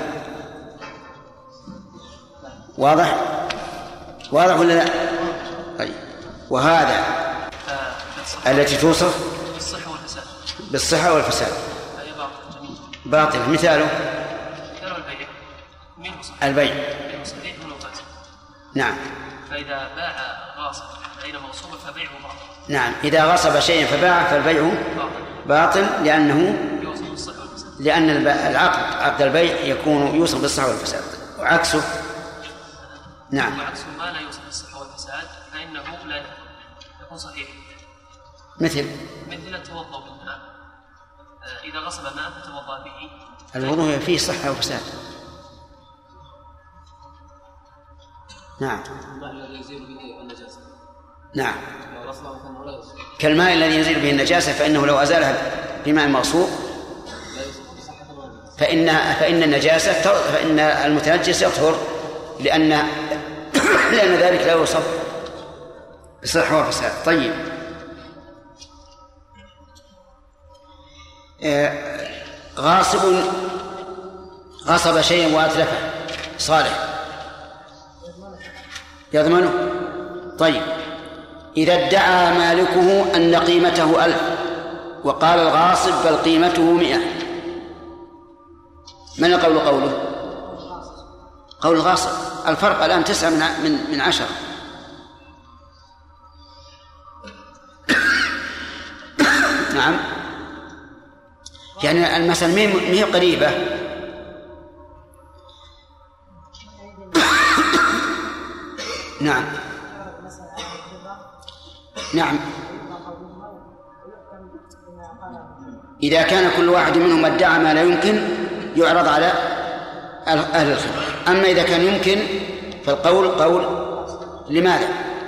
واضح؟ واضح ولا لا؟ طيب. وهذا التي توصف بالصحة والفساد بالصحة والفساد هي باطل. باطل. مثاله مثاله البيع، منه صحيح البيع منه صحيح ومنه فاسد. نعم. فإذا باع غاصب بين مغصوب فبيعه باطل. نعم، إذا غصب شيئا فباع فالبيع باطل، لأنه يوصف بالصحة والفساد، لأن العقد عقد البيع يكون يوصف بالصحة والفساد، وعكسه نعم وعكسه ما لا يوصف بالصحة والفساد فإنه لا يكون صحيح. مثل مثل التوضؤ بالماء، إذا غصب ماء فتوضأ به، الوضوء فيه صحة وفساد. نعم. الماء الذي يزيل به النجاسة. نعم. لو غسله فإنه لا يصح. كالماء الذي يزيل به النجاسة فإنه لو أزالها بماء مغصوب فإن فإن النجاسة فإن المتنجس يطهر، لأن لأن ذلك لا يوصف بصحة وفساد. طيب. غاصب غصب شيئا وأتلفه صالح يضمنه. طيب. إذا ادعى مالكه أن قيمته ألف وقال الغاصب بل قيمته مئة، من قول قوله؟ قول الغاصب. الفرق الآن تسعة من من من عشرة. نعم، يعني المسألة ما هي قريبة. نعم نعم. إذا كان كل واحد منهم ادعى ما لا يمكن يعرض على أهل الخبرة. أما إذا كان يمكن فالقول قول. لماذا؟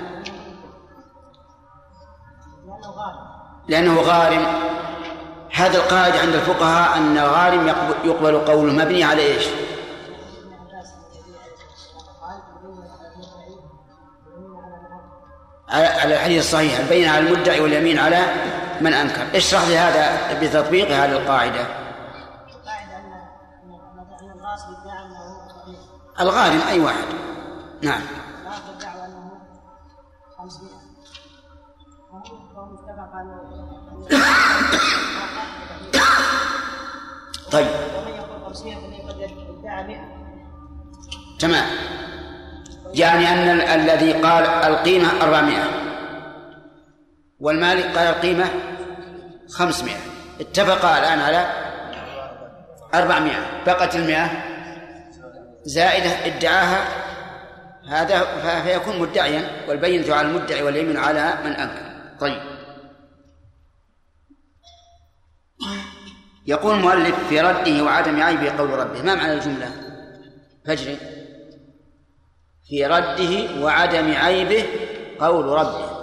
لأنه غارم. هذا القاعدة عند الفقهاء أن غارم يقبل قوله مبني على إيش؟ على الحديث الصحيح البين على المدعي واليمين على من أنكر. اشرح لي هذا بتطبيق هذه القاعدة. الغارم أي واحد. نعم. طيب تمام. يعني أن الذي قال القيمة أربعمائة والمالك قال القيمة خمسمائة، اتفقا الآن على أربعمائة، بقت المئة زائدة ادعاها هذا فيكون مدعيا، والبينة على المدعي واليمين على من أنكر. طيب يقول المؤلف في رده وعدم عيبه قول ربه. ما معنى الجملة؟ فجر. في رده وعدم عيبه قول ربه.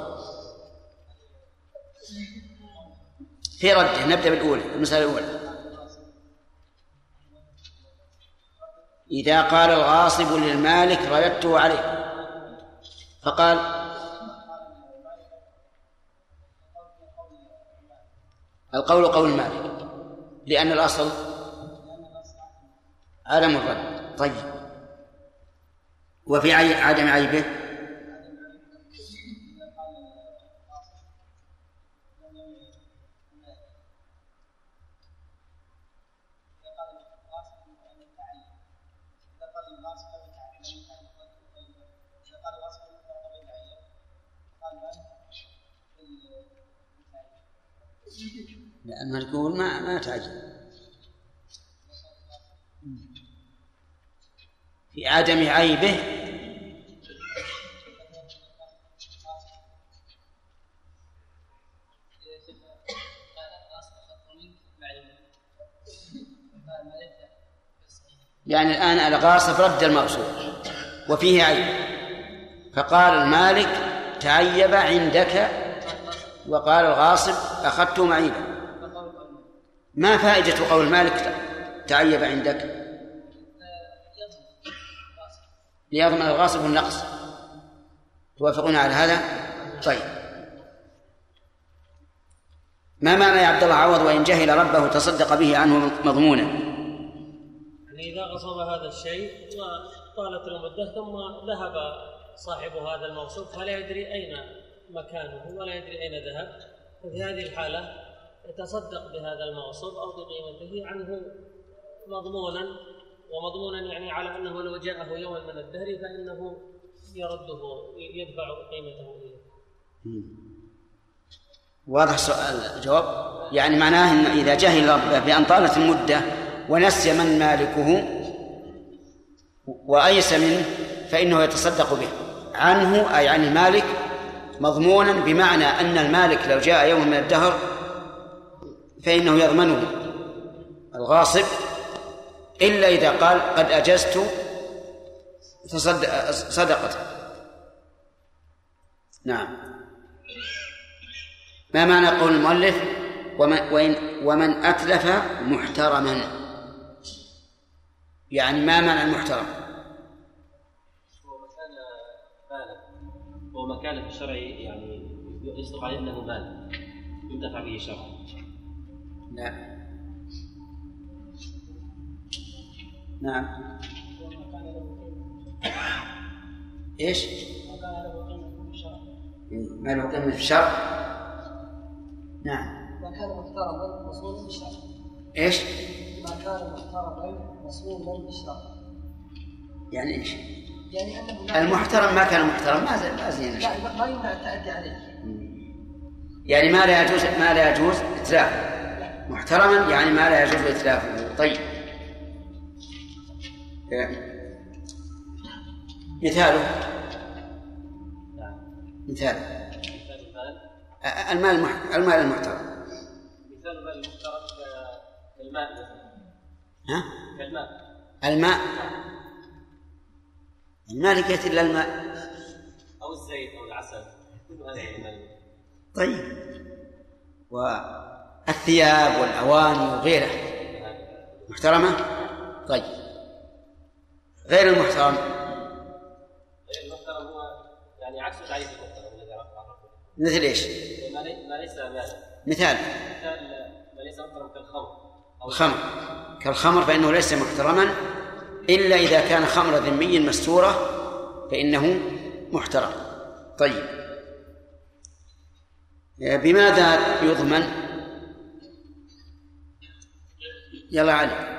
في رده نبدأ بالأولى، المسألة الأولى. إذا قال الغاصب للمالك رددته عليه، فقال القول قول المالك لأن الأصل عدم الرد. طيب، وفي عدم عيبه لأن القول ما ما تعجب. في عدم عيبه يعني الآن الغاصب رد المغصوب وفيه عيب، فقال المالك تعيب عندك، وقال الغاصب أخذته معيبا. ما فائدة قول المالك تعيب عندك؟ ليضمن الغاصب النقص. توافقون على هذا؟ طيب، ما معنى يا عبد الله عوض وإن جهل ربه تصدق به عنه مضمونا؟ يعني إذا غصب هذا الشيء وطالت المدة ثم ذهب صاحب هذا المغصوب فلا يدري أين مكانه ولا يدري أين ذهب، ففي هذه الحالة يتصدق بهذا المغصوب أو بقيمته عنه مضمونا، ومضمونا يعني على أنه لو جاءه يوم من الدهر فإنه يرده يدفع قيمته إليه. واضح سؤال الجواب؟ يعني معناه أن إذا جهل ربه بأن طالت المدة ونسي من مالكه وأيس منه فإنه يتصدق به عنه، أي عن المالك، مضمونا بمعنى أن المالك لو جاء يوم من الدهر فإنه يضمنه الغاصب، إلا إذا قال قد أجزت صدقته. نعم. ما معنى قول المؤلف ومن, ومن أتلف محترما؟ يعني ما معنى المحترم؟ هو مكان في الشرع يعني يصدق عليه أنه مال يدفع به شرعا. لا. نعم. إيش؟ ما له قيمة في الشرع. نعم. ما كان محترما مصونا بالشرع. إيش؟ ما كان محترما مصونا بالشرع. يعني إيش؟ يعني أنه المحترم ما كان محترم ما زين ما زين. لا ما يمنع التعدي عليه. يعني ما لا يجوز ما لا يجوز إتلافه. محترما يعني ما لا يجوز إتلافه. طيب. مثاله مثال المال المال المحترم. مثال المال المحترم كالماء. ها؟ كالماء. الماء. المالكية إلا الماء. أو الزيت أو العسل. كل هذا المال. طيب. والثياب والأواني وغيرها محترمة. طيب. غير المحترم. غير المحترم هو يعني عكس تعريف المحترم الذي عرفه. مثل ايش؟ ما ليس مالا. مثال. مثال ما ليس محترم كالخمر. الخمر كالخمر فإنه ليس محترما إلا إذا كان خمر ذمي مستورة فإنه محترم. طيب. بماذا يضمن؟ يلا علي.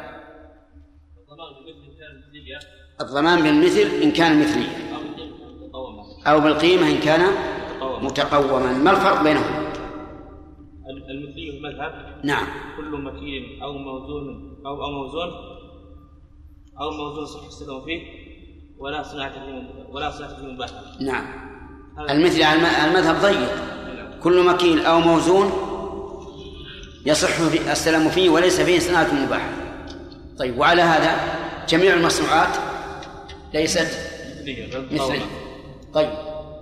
الضمان بالمثل إن كان مثليا أو بالقيمة إن كان متقوما. ما الفرق بينهم؟ المثلي المذهب. نعم. كل مكيل أو موزون أو أو موزون أو موزون صح السلم فيه ولا صناعة فيه ولا صناعة فيه مباحة. نعم. المثل على المذهب ضيق. كل مكيل أو موزون يصح السلام فيه وليس فيه صناعة مباحة. طيب، وعلى هذا جميع المصنوعات ليست مثله. طيب،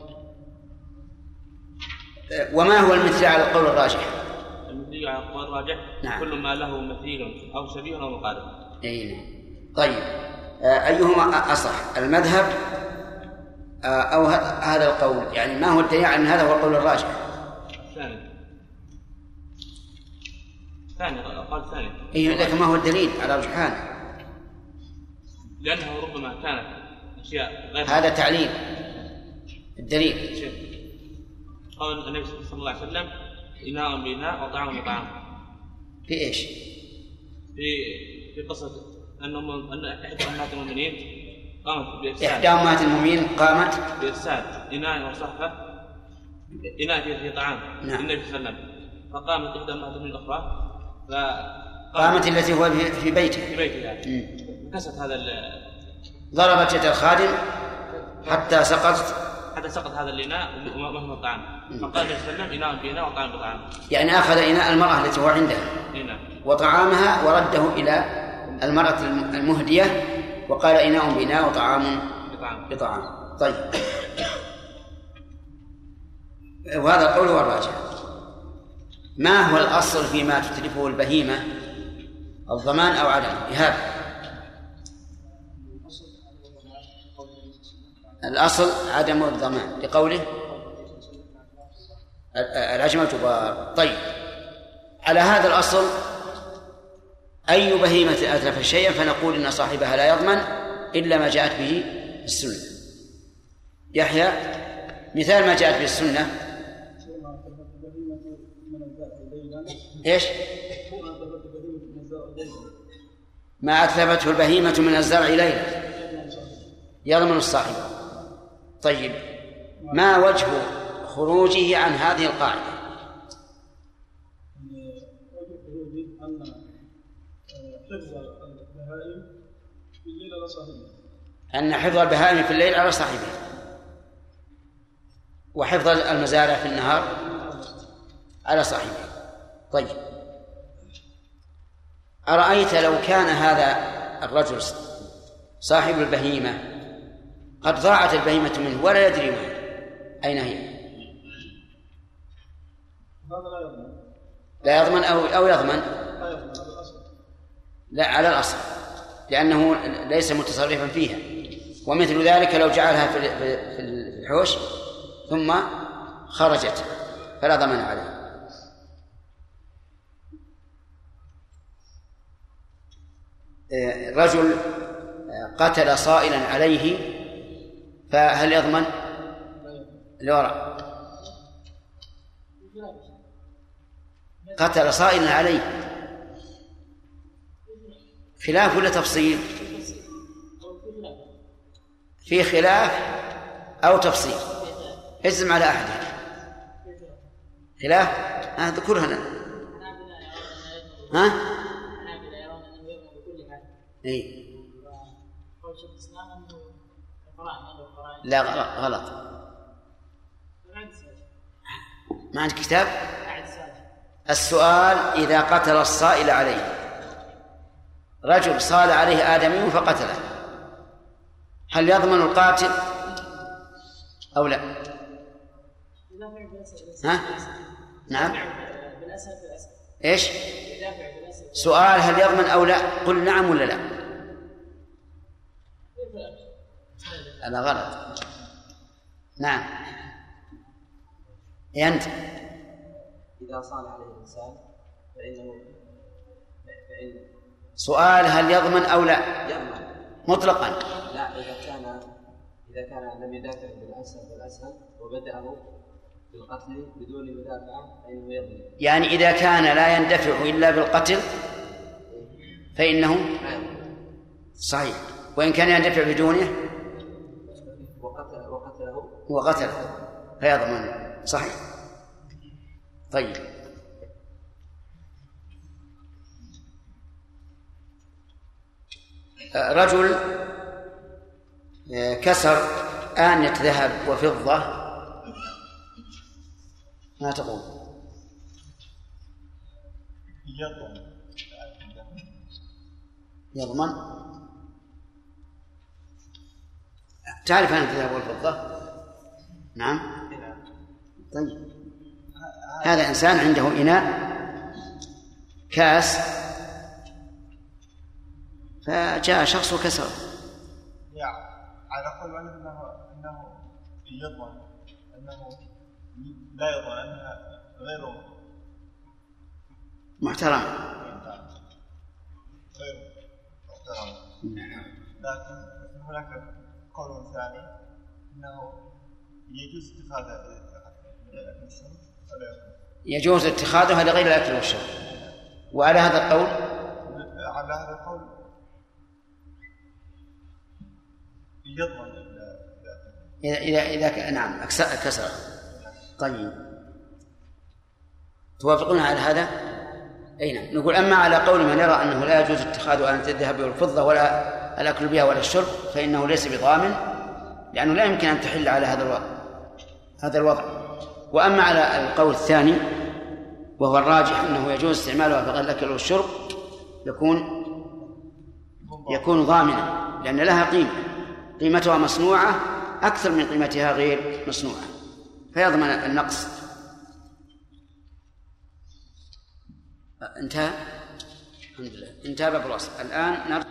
وما هو المثل على القول الراجح؟ المثل على القول الراجح نعم. كل ما له مثيل أو شبيه أو مقارب. أي. طيب، أيهما أصح، المذهب أو هذا القول؟ يعني ما هو الدليل على أن هذا هو القول الراجح؟ ثاني ثاني قال ثاني. إيه، لكن ما هو الدليل على رجحانه؟ لأنه ربما كانت أشياء غير هذا تعليل. الدليل قال النبي صلى الله عليه وسلم إناء بإناء وطعام بطعام. في إيش؟ في في قصة أن أن إحدى أمهات المؤمنين قامت بإرسال إحدى أمهات المؤمنين قامت بإرسال إناء وصحفة إناء فيه طعام نعم. النبي صلى الله عليه وسلم، فقامت إحدى أمهات المؤمنين الأخرى قامت التي هو في بيته في بيتها كسرت هذا ضربت يد الخادم حتى سقط حتى سقط هذا الإناء وهو الطعام، فقال النبي صلى الله عليه وسلم إناء بإناء وطعام بطعام. يعني أخذ إناء المرأة التي هو عندها إناء. وطعامها ورده إلى المرأة المهدية وقال إناء بإناء وطعام بطعام. بطعام. طيب، وهذا القول هو الراجح. ما هو الأصل فيما تتلفه البهيمة، الضمان أو عدم؟ إيهاب. الأصل عدم الضمان لقوله العجمة تبار. طيب، على هذا الأصل أي بهيمة أتلف شيئا فنقول إن صاحبها لا يضمن إلا ما جاءت به السنة. يحيى، مثال ما جاءت به السنة إيش؟ ما أتلفته البهيمة من الزرع ليلا يضمن الصاحب. طيب، ما وجه خروجه عن هذه القاعدة؟ أن حفظ البهائم في الليل على صاحبه وحفظ المزارع في النهار على صاحبه. طيب، أرأيت لو كان هذا الرجل صاحب البهيمة قد ضاعت البهيمة منه ولا يدري ما أين هي؟ لا يضمن أو أو يضمن؟ لا، على الأصل، لأنه ليس متصرفا فيها. ومثل ذلك لو جعلها في الحوش ثم خرجت فلا ضمان عليه. رجل قتل صائلا عليه فهل يضمن؟ الوراء قتل صائلا عليه، خلاف ولا تفصيل؟ في خلاف أو تفصيل؟ اجزم على أحد. خلاف؟ ها ذكرها لنا. ها؟ إيه؟ لا، غلط. ما عندك كتاب؟ السؤال إذا قتل الصائل عليه، رجل صال عليه آدمي فقتله، هل يضمن القاتل أو لا؟ ها؟ نعم. إيش؟ سؤال هل يضمن أو لا؟ قل نعم ولا لا؟ هذا غلط. نعم. إيه أنت؟ إذا صال عليه الإنسان فإنه فإن سؤال هل يضمن أو لا؟ يضمن مطلقا. لا، إذا كان إذا كان لم يدافع بالأسهل بالأسهل وبدأه بالقتل بدون مدافعة فإنه يضمن. يعني إذا كان لا يندفع إلا بالقتل فإنه صحيح، وإن كان يندفع بدونه وقتل وقتله وقتله فيضمن. صحيح. طيب، رجل كسر آنية ذهب وفضة، ما تقول؟ يضمن يضمن. تعرف أن الذهب والفضة؟ نعم. طيب هذا إنسان عنده إناء كاس فجاء شخص وكسره. يعني على قول أنه أنه يضمن أنه لا يضمن أنها غير محترم غير محترم. لكن هناك قول ثاني أنه يجوز اتخاذها يجوز اتخاذها لغير الأكل والشرب. وعلى هذا القول على هذا القول يضمن إذا إذا إذا نعم كسر. طيب توافقون على هذا؟ أي نعم. نقول أما على قول من يرى أنه لا يجوز اتخاذ آنة الذهب والفضة ولا الأكل بها ولا الشرب فإنه ليس بضامن لأنه لا يمكن أن تحل على هذا الوضع هذا الوضع. وأما على القول الثاني وهو الراجح أنه يجوز استعمالها في غير الأكل والشرب يكون يكون ضامنا لأن لها قيمة قيمتها مصنوعة أكثر من قيمتها غير مصنوعة فيضمن النقص. انتهى الحمد لله انتهى باب الوصف. الآن نرجع